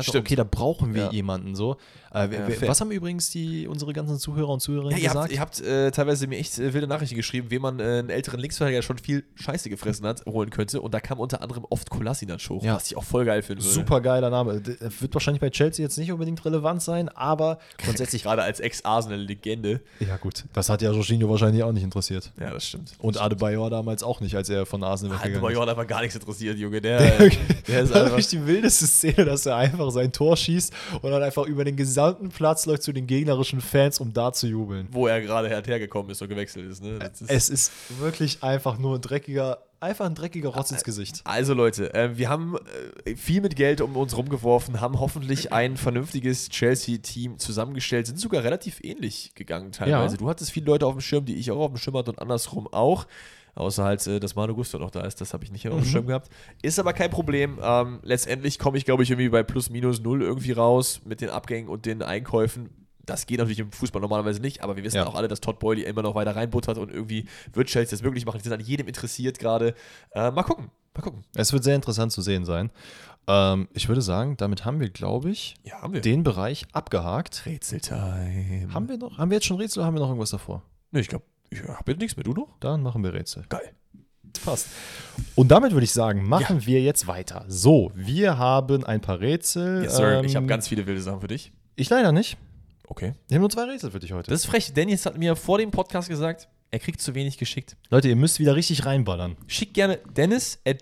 gesagt Stimmt. okay, da brauchen wir Ja. jemanden so. Was haben übrigens unsere ganzen Zuhörer und Zuhörerinnen gesagt? Ihr habt teilweise mir echt wilde Nachrichten geschrieben, wie man einen älteren Linksverteidiger schon viel Scheiße gefressen hat, holen könnte. Und da kam unter anderem oft Kolasinac hoch, was ich auch voll geil finde. Super geiler Name. Wird wahrscheinlich bei Chelsea jetzt nicht unbedingt relevant sein, aber grundsätzlich. Gerade als Ex-Arsenal-Legende. Ja, gut. Das hat ja Jorginho wahrscheinlich auch nicht interessiert. Ja, das stimmt. Und Adebayor damals auch nicht, als er von Arsenal weggegangen ist. Adebayor hat einfach gar nichts interessiert, Junge. Der ist Das einfach. ist die wildeste Szene, dass er einfach sein Tor schießt und dann einfach über den gesamten Platz läuft zu den gegnerischen Fans, um da zu jubeln. Wo er gerade hergekommen ist und gewechselt ist. Ne? Es ist wirklich einfach nur ein dreckiger Rotz ins Gesicht. Also Leute, wir haben viel mit Geld um uns rumgeworfen, haben hoffentlich ein vernünftiges Chelsea-Team zusammengestellt, sind sogar relativ ähnlich gegangen teilweise. Ja. Du hattest viele Leute auf dem Schirm, die ich auch auf dem Schirm hatte und andersrum auch. Außer halt, dass Manu Gusto noch da ist, das habe ich nicht auf dem Schirm gehabt. Ist aber kein Problem. Letztendlich komme ich, glaube ich, irgendwie bei plus minus null irgendwie raus mit den Abgängen und den Einkäufen. Das geht natürlich im Fußball normalerweise nicht, aber wir wissen auch alle, dass Todd Boehly immer noch weiter reinbuttert und irgendwie wird Chelsea das wirklich machen. Die sind an jedem interessiert gerade. Mal gucken. Es wird sehr interessant zu sehen sein. Ich würde sagen, damit haben wir, glaube ich, den Bereich abgehakt. Rätseltime. Haben wir jetzt schon Rätsel oder haben wir noch irgendwas davor? Ne, ich glaube, ich habe jetzt nichts mehr. Du noch? Dann machen wir Rätsel. Geil. Passt. Und damit würde ich sagen, machen wir jetzt weiter. So, wir haben ein paar Rätsel. Yes, Sir. Ich habe ganz viele wilde Sachen für dich. Ich leider nicht. Okay. Wir haben nur 2 Rätsel für dich heute. Das ist frech. Dennis hat mir vor dem Podcast gesagt, er kriegt zu wenig geschickt. Leute, ihr müsst wieder richtig reinballern. Schickt gerne Dennis at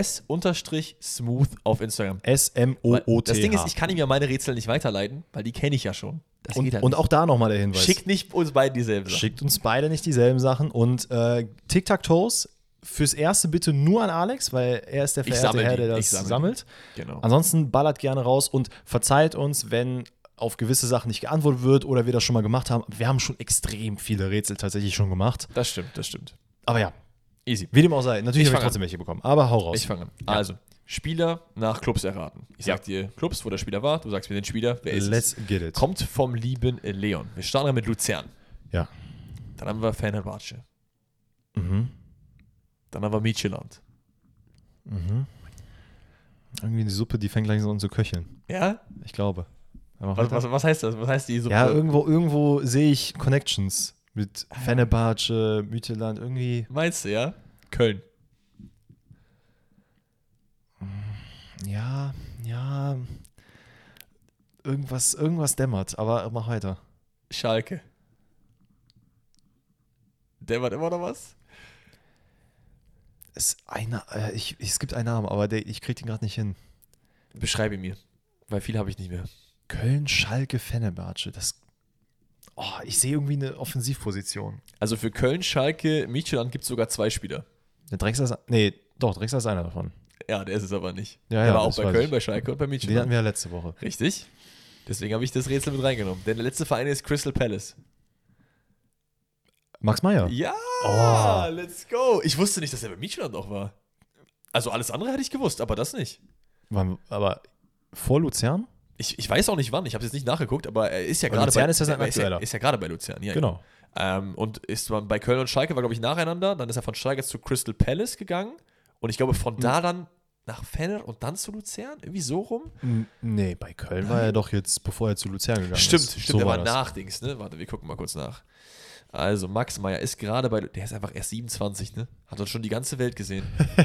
ds_smooth auf Instagram. SMOOTH. Das Ding ist, ich kann ihm ja meine Rätsel nicht weiterleiten, weil die kenne ich ja schon. Das geht halt und nicht. auch da nochmal der Hinweis. Schickt nicht uns beiden dieselben Sachen. Schickt uns beide nicht dieselben Sachen. Und Tic-Tac-Toes fürs Erste bitte nur an Alex, weil er ist der verehrte Herr, der das sammelt. Genau. Ansonsten ballert gerne raus und verzeiht uns, wenn auf gewisse Sachen nicht geantwortet wird oder wir das schon mal gemacht haben. Wir haben schon extrem viele Rätsel tatsächlich schon gemacht. Das stimmt. Aber ja, Easy. wie dem auch sei. Natürlich Ich habe ich fang trotzdem welche bekommen. Aber hau raus. Ich fange an. Also, Spieler nach Clubs erraten. Ich sag dir Clubs, wo der Spieler war. Du sagst mir den Spieler. Wer ist Let's es? get it. Kommt vom lieben Leon. Wir starten mit Luzern. Ja. Dann haben wir Fenerbahce. Mhm. Dann haben wir Midtjylland. Irgendwie die Suppe, die fängt langsam an zu köcheln. Ja? Ich glaube. Was heißt das? Was heißt die Suppe? Ja, irgendwo sehe ich Connections mit Fenerbahce, Midtjylland, irgendwie. Meinst du, ja? Köln. Ja. Irgendwas dämmert, aber mach weiter. Schalke. Dämmert immer noch was? Es gibt einen Namen, aber ich krieg den gerade nicht hin. Beschreibe ihn mir. Weil viel habe ich nicht mehr. Köln, Schalke, Fenerbahce. Ich sehe irgendwie eine Offensivposition. Also für Köln, Schalke, Midtjylland gibt es sogar 2 Spieler. Der Drexler ist einer davon. Ja, der ist es aber nicht. Ja, der war auch das bei weiß Köln, ich. bei Schalke und bei Den hatten Midtjylland. wir ja letzte Woche. Richtig. Deswegen habe ich das Rätsel mit reingenommen. Denn der letzte Verein ist Crystal Palace. Max Meyer. Ja, Oh. let's go. Ich wusste nicht, dass er bei Midtjylland auch war. Also alles andere hätte ich gewusst, aber das nicht. Aber vor Luzern? Ich weiß auch nicht wann, ich habe jetzt nicht nachgeguckt, aber er ist ja gerade Luzern ist ja sein aktueller. ist ja gerade bei Luzern, ja. Genau. Und ist man bei Köln und Schalke, war glaube ich nacheinander, dann ist er von Schalke zu Crystal Palace gegangen und ich glaube von da dann nach Fener und dann zu Luzern, irgendwie so rum. Nee, bei Köln war er doch jetzt, bevor er zu Luzern gegangen Stimmt, ist. er war nach Dings, ne? Warte, wir gucken mal kurz nach. Also Max Meyer ist gerade der ist einfach erst 27, ne? Hat uns schon die ganze Welt gesehen.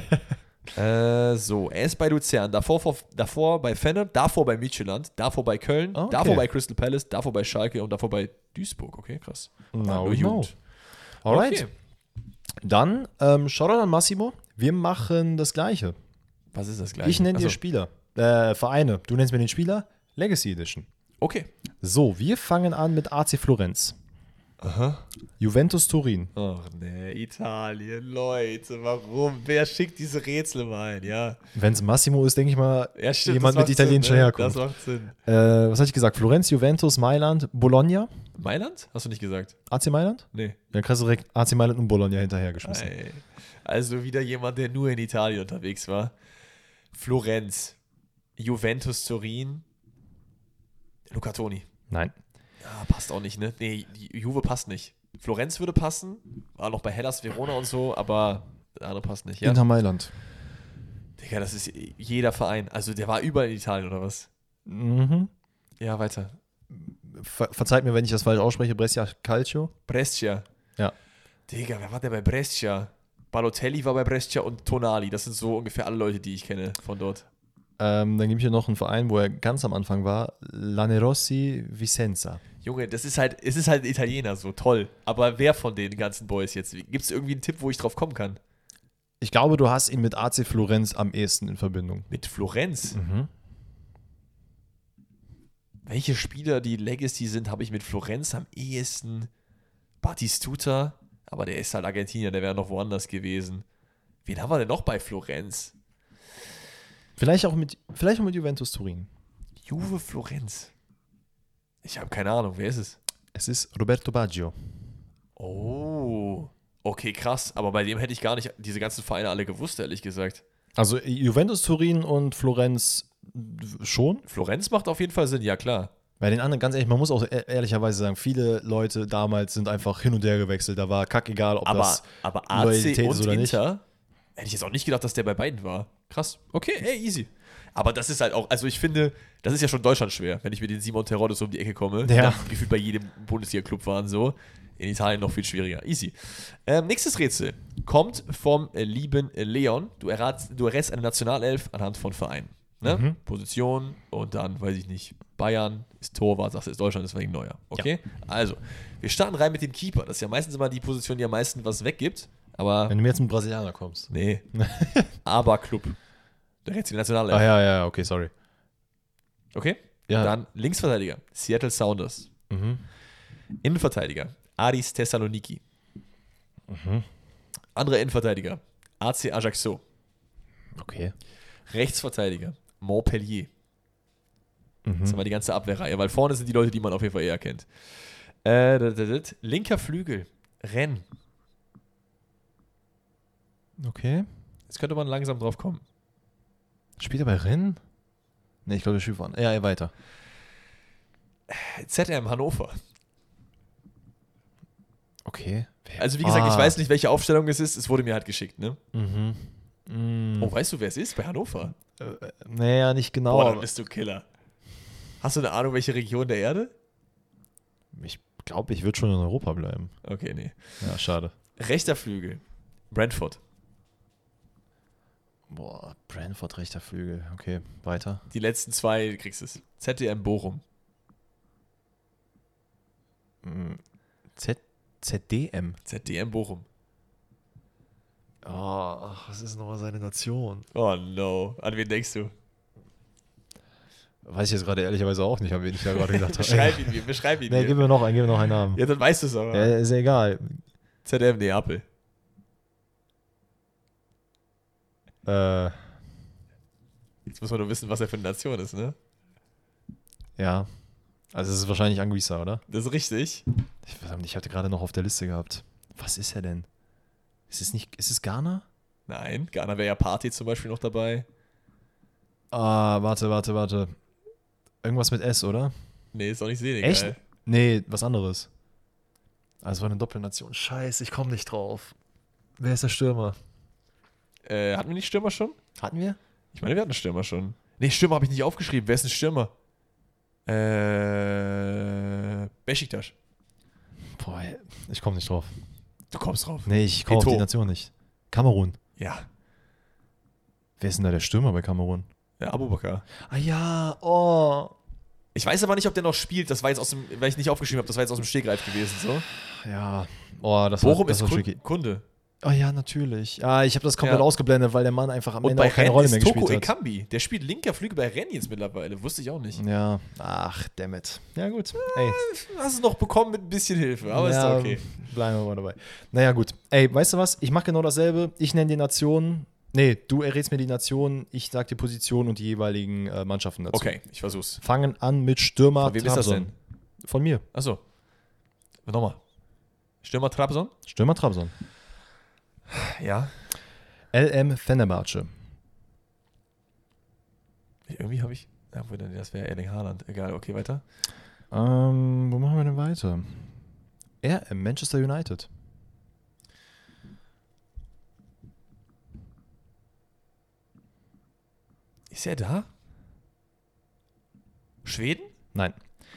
So, er ist bei Luzern, davor bei Fener, davor bei Midtjylland, davor bei Köln, Okay. davor bei Crystal Palace, davor bei Schalke und davor bei Duisburg. Okay, krass. No, Nur no. Jugend. Alright. Okay. Dann, Shoutout an Massimo. Wir machen das Gleiche. Was ist das gleiche? Ich nenne dir Achso. Spieler. Vereine. Du nennst mir den Spieler. Legacy Edition. Okay. So, wir fangen an mit AC Florenz. Aha. Juventus Turin. Ach nee, Italien, Leute, warum? Wer schickt diese Rätsel mal ein, ja? Wenn es Massimo ist, denke ich mal, Ja, stimmt. jemand das mit macht Sinn, italienischer ne? Herkunft. Das macht Sinn. Was hatte ich gesagt? Florenz, Juventus, Mailand, Bologna. Mailand? Hast du nicht gesagt? AC Mailand? Nee. Dann kannst du direkt AC Mailand und Bologna hinterhergeschmissen. Ey. Also wieder jemand, der nur in Italien unterwegs war. Florenz, Juventus Turin, Luca Toni. Nein. Ja, passt auch nicht, ne? Nee, die Juve passt nicht. Florenz würde passen, war noch bei Hellas Verona und so, aber der andere passt nicht, ja? Inter Mailand. Digga, das ist jeder Verein. Also der war überall in Italien, oder was? Mhm. Ja, weiter. Verzeiht mir, wenn ich das falsch ausspreche. Brescia Calcio? Brescia. Ja. Digga, wer war der bei Brescia? Balotelli war bei Brescia und Tonali. Das sind so ungefähr alle Leute, die ich kenne von dort. Dann gebe ich hier noch einen Verein, wo er ganz am Anfang war. Lanerossi Vicenza. Junge, es ist halt ein Italiener, so toll. Aber wer von den ganzen Boys jetzt? Gibt es irgendwie einen Tipp, wo ich drauf kommen kann? Ich glaube, du hast ihn mit AC Florenz am ehesten in Verbindung. Mit Florenz? Mhm. Welche Spieler, die Legacy sind, habe ich mit Florenz am ehesten? Batistuta, aber der ist halt Argentinier, der wäre noch woanders gewesen. Wen haben wir denn noch bei Florenz? Vielleicht auch mit Juventus Turin. Juve Florenz. Ich habe keine Ahnung, wer ist es? Es ist Roberto Baggio. Oh, okay, krass. Aber bei dem hätte ich gar nicht diese ganzen Vereine alle gewusst, ehrlich gesagt. Also Juventus Turin und Florenz schon. Florenz macht auf jeden Fall Sinn, ja klar. Bei den anderen, ganz ehrlich, man muss auch ehrlicherweise sagen, viele Leute damals sind einfach hin und her gewechselt. Da war kackegal, ob das aber AC Loyalität und ist oder nicht. Inter, hätte ich jetzt auch nicht gedacht, dass der bei beiden war. Krass. Okay, ey, easy. Aber das ist halt auch, also ich finde, das ist ja schon Deutschland schwer, wenn ich mit den Simon Terodde so um die Ecke komme, die Ja. dann gefühlt bei jedem Bundesliga-Club waren so. In Italien noch viel schwieriger. Easy. Nächstes Rätsel kommt vom lieben Leon. Du errätst eine Nationalelf anhand von Vereinen. Ne? Mhm. Position und dann, weiß ich nicht, Bayern ist Torwart, sagst du, ist Deutschland, deswegen Neuer. Okay? Also, wir starten rein mit dem Keeper. Das ist ja meistens immer die Position, die am meisten was weggibt. Aber, Wenn du mir jetzt mit Brasilianer kommst. nee. Aber Club. Der rät die Nationalelf. Ah ja, okay, sorry. Okay? Ja. Dann Linksverteidiger, Seattle Sounders. Mhm. Innenverteidiger, Aris Thessaloniki. Anderer Innenverteidiger, AC Ajaccio. Okay. Rechtsverteidiger, Montpellier. Das haben wir die ganze Abwehrreihe, weil vorne sind die Leute, die man auf jeden Fall eher kennt. Linker Flügel, Rennes. Okay. Jetzt könnte man langsam drauf kommen. Spielt er bei Rennes? Ne, ich glaube, der spielt woanders. Ja, weiter. ZM Hannover. Okay. Also wie gesagt, ich weiß nicht, welche Aufstellung es ist. Es wurde mir halt geschickt, ne? Oh, weißt du, wer es ist bei Hannover? Naja, nicht genau. Boah, dann aber bist du Killer. Hast du eine Ahnung, welche Region der Erde? ich glaube, ich würde schon in Europa bleiben. Okay, nee. Ja, schade. Rechter Flügel, Brentford. Boah, Brentford, rechter Flügel. Okay, weiter. Die letzten zwei kriegst du es. ZDM Bochum. ZDM. ZDM Bochum. Oh, was ist nochmal seine Nation? Oh no. An wen denkst du? Weiß ich jetzt gerade ehrlicherweise auch nicht, an wen ich da gerade gedacht habe. Beschreib ihn Nee, mir. gib mir noch einen Namen. Ja, dann weißt du es aber. Ja, ist ja egal. ZDM Neapel. Jetzt muss man nur wissen, was er für eine Nation ist, ne? Ja. Also es ist wahrscheinlich Anguissa, oder? Das ist richtig. Ich hatte gerade noch auf der Liste gehabt. Was ist er denn? Ist es Ghana? Nein, Ghana wäre ja Party zum Beispiel noch dabei. Ah, warte. Irgendwas mit S, oder? Nee, ist auch nicht Senegal. Echt? Nee, was anderes. Also war eine Doppelnation. Scheiße, ich komme nicht drauf. Wer ist der Stürmer? Hatten wir nicht Stürmer schon? Hatten wir? Ich meine, wir hatten einen Stürmer schon. Nee, Stürmer habe ich nicht aufgeschrieben. Wer ist ein Stürmer? Beşiktaş. Boah, ich komme nicht drauf. Du kommst drauf. Nee, ich komme auf Eto'o. die Nation nicht. Kamerun. Ja. Wer ist denn da der Stürmer bei Kamerun? Abubakar. Ah ja, oh. Ich weiß aber nicht, ob der noch spielt. Das war jetzt weil ich nicht aufgeschrieben habe, das war jetzt aus dem Stegreif gewesen. So. Ja. Oh, Bochum das ist war tricky. Kunde. Oh ja, natürlich. Ah, ich habe das komplett Ja. ausgeblendet, weil der Mann einfach am Und Ende bei auch keine Rennes Rolle ist mehr Toko gespielt hat. Ekambi. Der spielt linker Flügel bei Rennes jetzt mittlerweile. Wusste ich auch nicht. Ja. Ach, dammit. Ja, gut. Ey. Hast es noch bekommen mit ein bisschen Hilfe, aber Ja, ist okay. Bleiben wir mal dabei. Naja, gut. Ey, weißt du was? Ich mache genau dasselbe. Ich nenne die Nationen. Nee, du errätst mir die Nationen. Ich sag die Position und die jeweiligen Mannschaften dazu. Okay, ich versuch's. Fangen an mit Stürmer Von wem ist das Trabzon. denn? Von mir. Achso. Nochmal. Stürmer Trabzon? Stürmer Trabzon. Ja. LM Fenerbahce. Irgendwie habe ich. Ja, das wäre Erling Haaland. Egal, okay, weiter. Wo machen wir denn weiter? RM Manchester United. Ist er da? Schweden? Nein.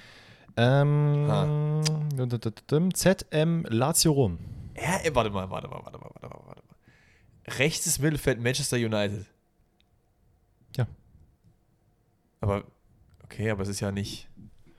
ZM Lazio Rom. Warte mal. Rechtes Mittelfeld Manchester United. Ja. Aber es ist ja nicht.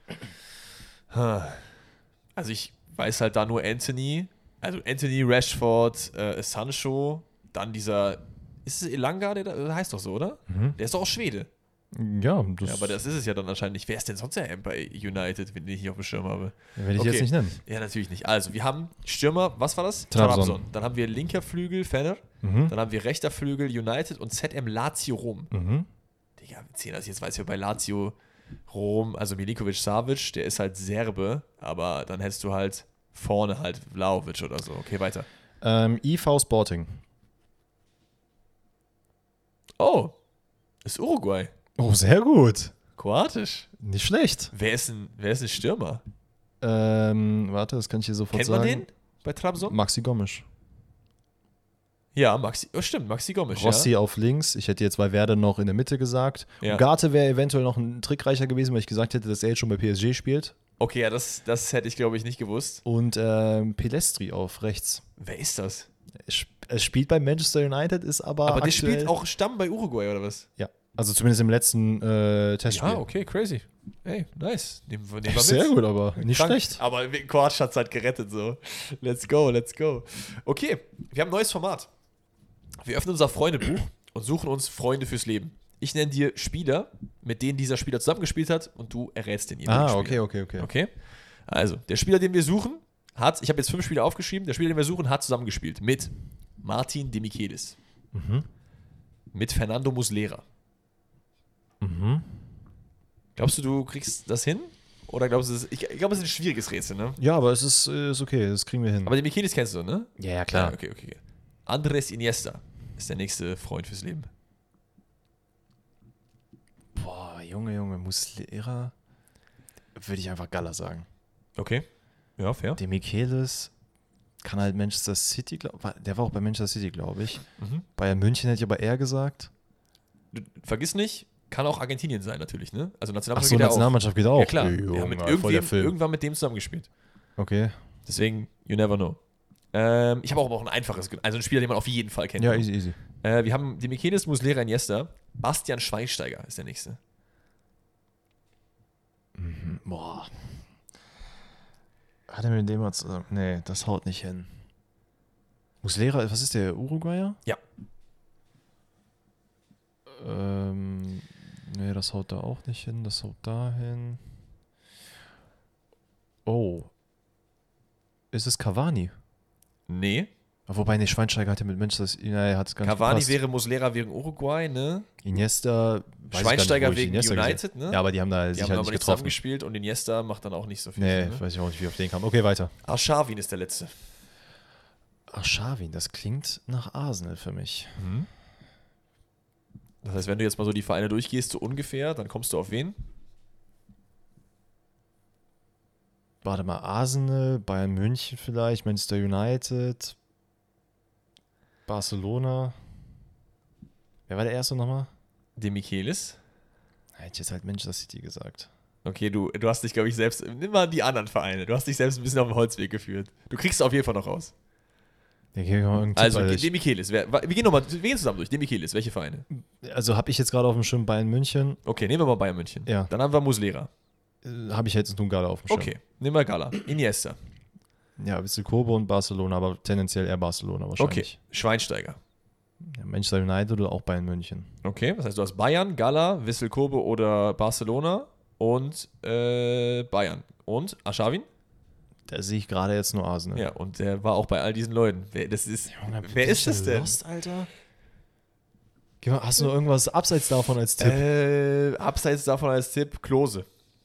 Also ich weiß halt da nur Anthony, Rashford, Sancho, dann dieser, ist es Elanga, der heißt doch so, oder? Der ist doch auch Schwede. Ja, aber das ist es ja dann anscheinend nicht. Wer ist denn sonst bei United, wenn ich nicht auf dem Schirm habe? Werde ich jetzt nicht nennen. Ja, natürlich nicht. Also, wir haben Stürmer, was war das? Trabzon. Dann haben wir linker Flügel, Fener. Dann haben wir rechter Flügel, United und ZM Lazio Rom. Digga, wir ziehen das jetzt, weiß ich, bei Lazio Rom, also Milinkovic-Savic, der ist halt Serbe, aber dann hättest du halt vorne halt Vlahovic oder so. Okay, weiter. IV Sporting. Oh, ist Uruguay. Oh, sehr gut. Kroatisch. Nicht schlecht. Wer ist ein Stürmer? Warte, das kann ich hier sofort sagen. Kennt man den bei Trabzon? Maxi Gomes. Ja, stimmt, Maxi Gomes. Rossi auf links. Ich hätte jetzt bei Werder noch in der Mitte gesagt. Ja. Ugarte wäre eventuell noch ein trickreicher gewesen, weil ich gesagt hätte, dass er jetzt schon bei PSG spielt. Okay, ja, das hätte ich, glaube ich, nicht gewusst. Und Pelestri auf rechts. Wer ist das? Er spielt bei Manchester United, ist aber der spielt auch Stamm bei Uruguay, oder was? Ja, also zumindest im letzten Testspiel. Ja, okay, crazy. Hey, nice. Nehmen wir mit. Sehr gut, aber nicht schlecht. Aber Quatsch hat es halt gerettet, so. Let's go. Okay, wir haben ein neues Format. Wir öffnen unser Freundebuch und suchen uns Freunde fürs Leben. Ich nenne dir Spieler, mit denen dieser Spieler zusammengespielt hat und du errätst den jeweiligen Spieler. Okay. Also, der Spieler, den wir suchen, ich habe jetzt 5 Spieler aufgeschrieben, der Spieler, den wir suchen, hat zusammengespielt mit Martin Demichelis, mit Fernando Muslera. Glaubst du kriegst das hin? Oder glaubst du, ich glaube, es ist ein schwieriges Rätsel, ne? Ja, aber es ist okay, das kriegen wir hin. Aber Demichelis kennst du, ne? Ja, klar. Ja, okay. Andres Iniesta ist der nächste Freund fürs Leben. Boah, Junge, Muslera würde ich einfach Gala sagen. Okay. Ja, fair. Demichelis kann halt Manchester City, der war auch bei Manchester City, glaube ich. Bayern München hätte ich aber eher gesagt. Vergiss nicht, kann auch Argentinien sein natürlich, ne? Also Nationalmannschaft geht auch. Ja, klar. Wir haben irgendwann mit dem zusammengespielt. Okay. Deswegen, you never know. Ich habe auch ein einfaches, also ein Spieler, den man auf jeden Fall kennt. Ja, easy. Wir haben Demichelis, Muslera, Iniesta. Bastian Schweinsteiger ist der nächste. Boah. Hat er mit dem mal zusammen? Nee, das haut nicht hin. Muslera, was ist der, Uruguayer? Ja. Nee, das haut da auch nicht hin, das haut da hin. Oh. Ist es Cavani? Nee. Wobei, Schweinsteiger hat ja mit Manchester United Cavani wäre Muslera wegen Uruguay, ne? Iniesta, Schweinsteiger wegen United, ne? Ja, aber die haben da sich halt nicht getroffen. Gespielt und Iniesta macht dann auch nicht so viel. Nee, ne? Weiß ich auch nicht, wie auf den kam. Okay, weiter. Arshavin ist der letzte. Arshavin, das klingt nach Arsenal für mich. Das heißt, wenn du jetzt mal so die Vereine durchgehst, so ungefähr, dann kommst du auf wen? Warte mal, Arsenal, Bayern München vielleicht, Manchester United, Barcelona. Wer war der erste nochmal? Demichelis. Hätte ich jetzt halt Manchester City gesagt. Okay, du hast dich, glaube ich, selbst, nimm mal die anderen Vereine, du hast dich selbst ein bisschen auf den Holzweg geführt. Du kriegst es auf jeden Fall noch raus. Also, Demichelis, wir gehen zusammen durch. Demichelis, welche Vereine? Also, habe ich jetzt gerade auf dem Schirm Bayern München. Okay, nehmen wir mal Bayern München. Ja. Dann haben wir Muslera. Habe ich jetzt nun Gala auf dem Schirm. Okay, nehmen wir Gala. Iniesta. Ja, Wissel Kobe und Barcelona, aber tendenziell eher Barcelona wahrscheinlich. Okay, Schweinsteiger. Ja, Manchester United oder auch Bayern München. Okay, das heißt, du hast Bayern, Gala, Wissel Kobe oder Barcelona und Bayern. Und Arshavin? Da sehe ich gerade jetzt nur Arsenal. Ja, und der war auch bei all diesen Leuten. Wer ist das denn? Lost, Alter? Hast du noch irgendwas abseits davon als Tipp? Abseits davon als Tipp, Klose.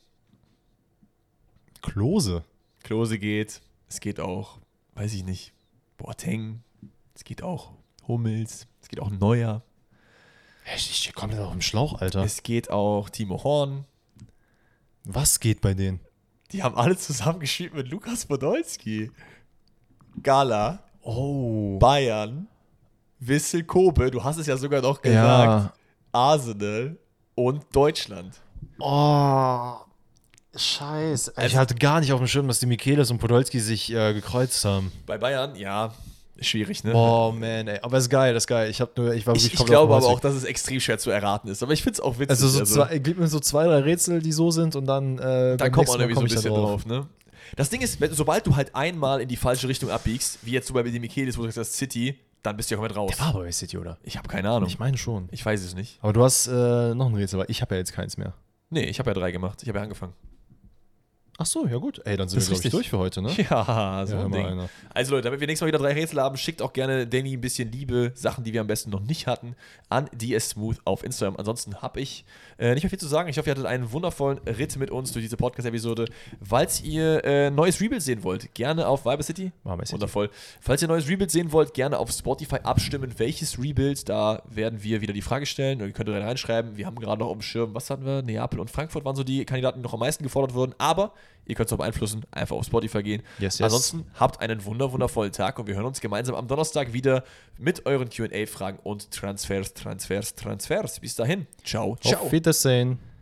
Klose geht. Es geht auch, weiß ich nicht, Boateng. Es geht auch Hummels. Es geht auch Neuer. Ich stehe komplett auf dem Schlauch, Alter. Es geht auch Timo Horn. Was geht bei denen? Die haben alle zusammengespielt mit Lukas Podolski. Gala. Oh. Bayern. Wissel Kobe. Du hast es ja sogar noch gesagt. Ja. Arsenal und Deutschland. Oh, scheiße. Ich hatte gar nicht auf dem Schirm, dass die Michelis und Podolski sich gekreuzt haben. Bei Bayern, ja, schwierig, ne? Oh, man, ey. Aber ist geil, das ist geil. Ich glaube aber auch, dass es extrem schwer zu erraten ist. Aber ich finde es auch witzig. Also, gib mir so 2, 3 Rätsel, die so sind und dann kommt man irgendwie so ein bisschen drauf, ne? Das Ding ist, sobald du halt einmal in die falsche Richtung abbiegst, wie jetzt so bei dem Michelis, wo du sagst, City, dann bist du ja komplett raus. Der war bei City, oder? Ich habe keine Ahnung. Ich meine schon. Ich weiß es nicht. Aber du hast noch ein Rätsel, aber ich habe ja jetzt keins mehr. Nee, ich habe ja 3 gemacht. Ich habe ja angefangen. Ach so, ja gut. Ey, dann sind wir, glaube ich, durch für heute, ne? Ja, so ein Ding. Also Leute, damit wir nächstes Mal wieder 3 Rätsel haben, schickt auch gerne Danny ein bisschen Liebe, Sachen, die wir am besten noch nicht hatten, an dsmooth auf Instagram. Ansonsten habe ich nicht mehr viel zu sagen. Ich hoffe, ihr hattet einen wundervollen Ritt mit uns durch diese Podcast-Episode. Falls ihr neues Rebuild sehen wollt, gerne auf Viber City. Wundervoll. Falls ihr neues Rebuild sehen wollt, gerne auf Spotify abstimmen, welches Rebuild. Da werden wir wieder die Frage stellen. Ihr könnt da reinschreiben. Wir haben gerade noch auf dem Schirm, was hatten wir? Neapel und Frankfurt waren so die Kandidaten, die noch am meisten gefordert wurden. Aber ihr könnt es auch beeinflussen. Einfach auf Spotify gehen. Yes. Ansonsten habt einen wundervollen Tag und wir hören uns gemeinsam am Donnerstag wieder mit euren Q&A-Fragen und Transfers. Bis dahin. Ciao. Auf Wiedersehen.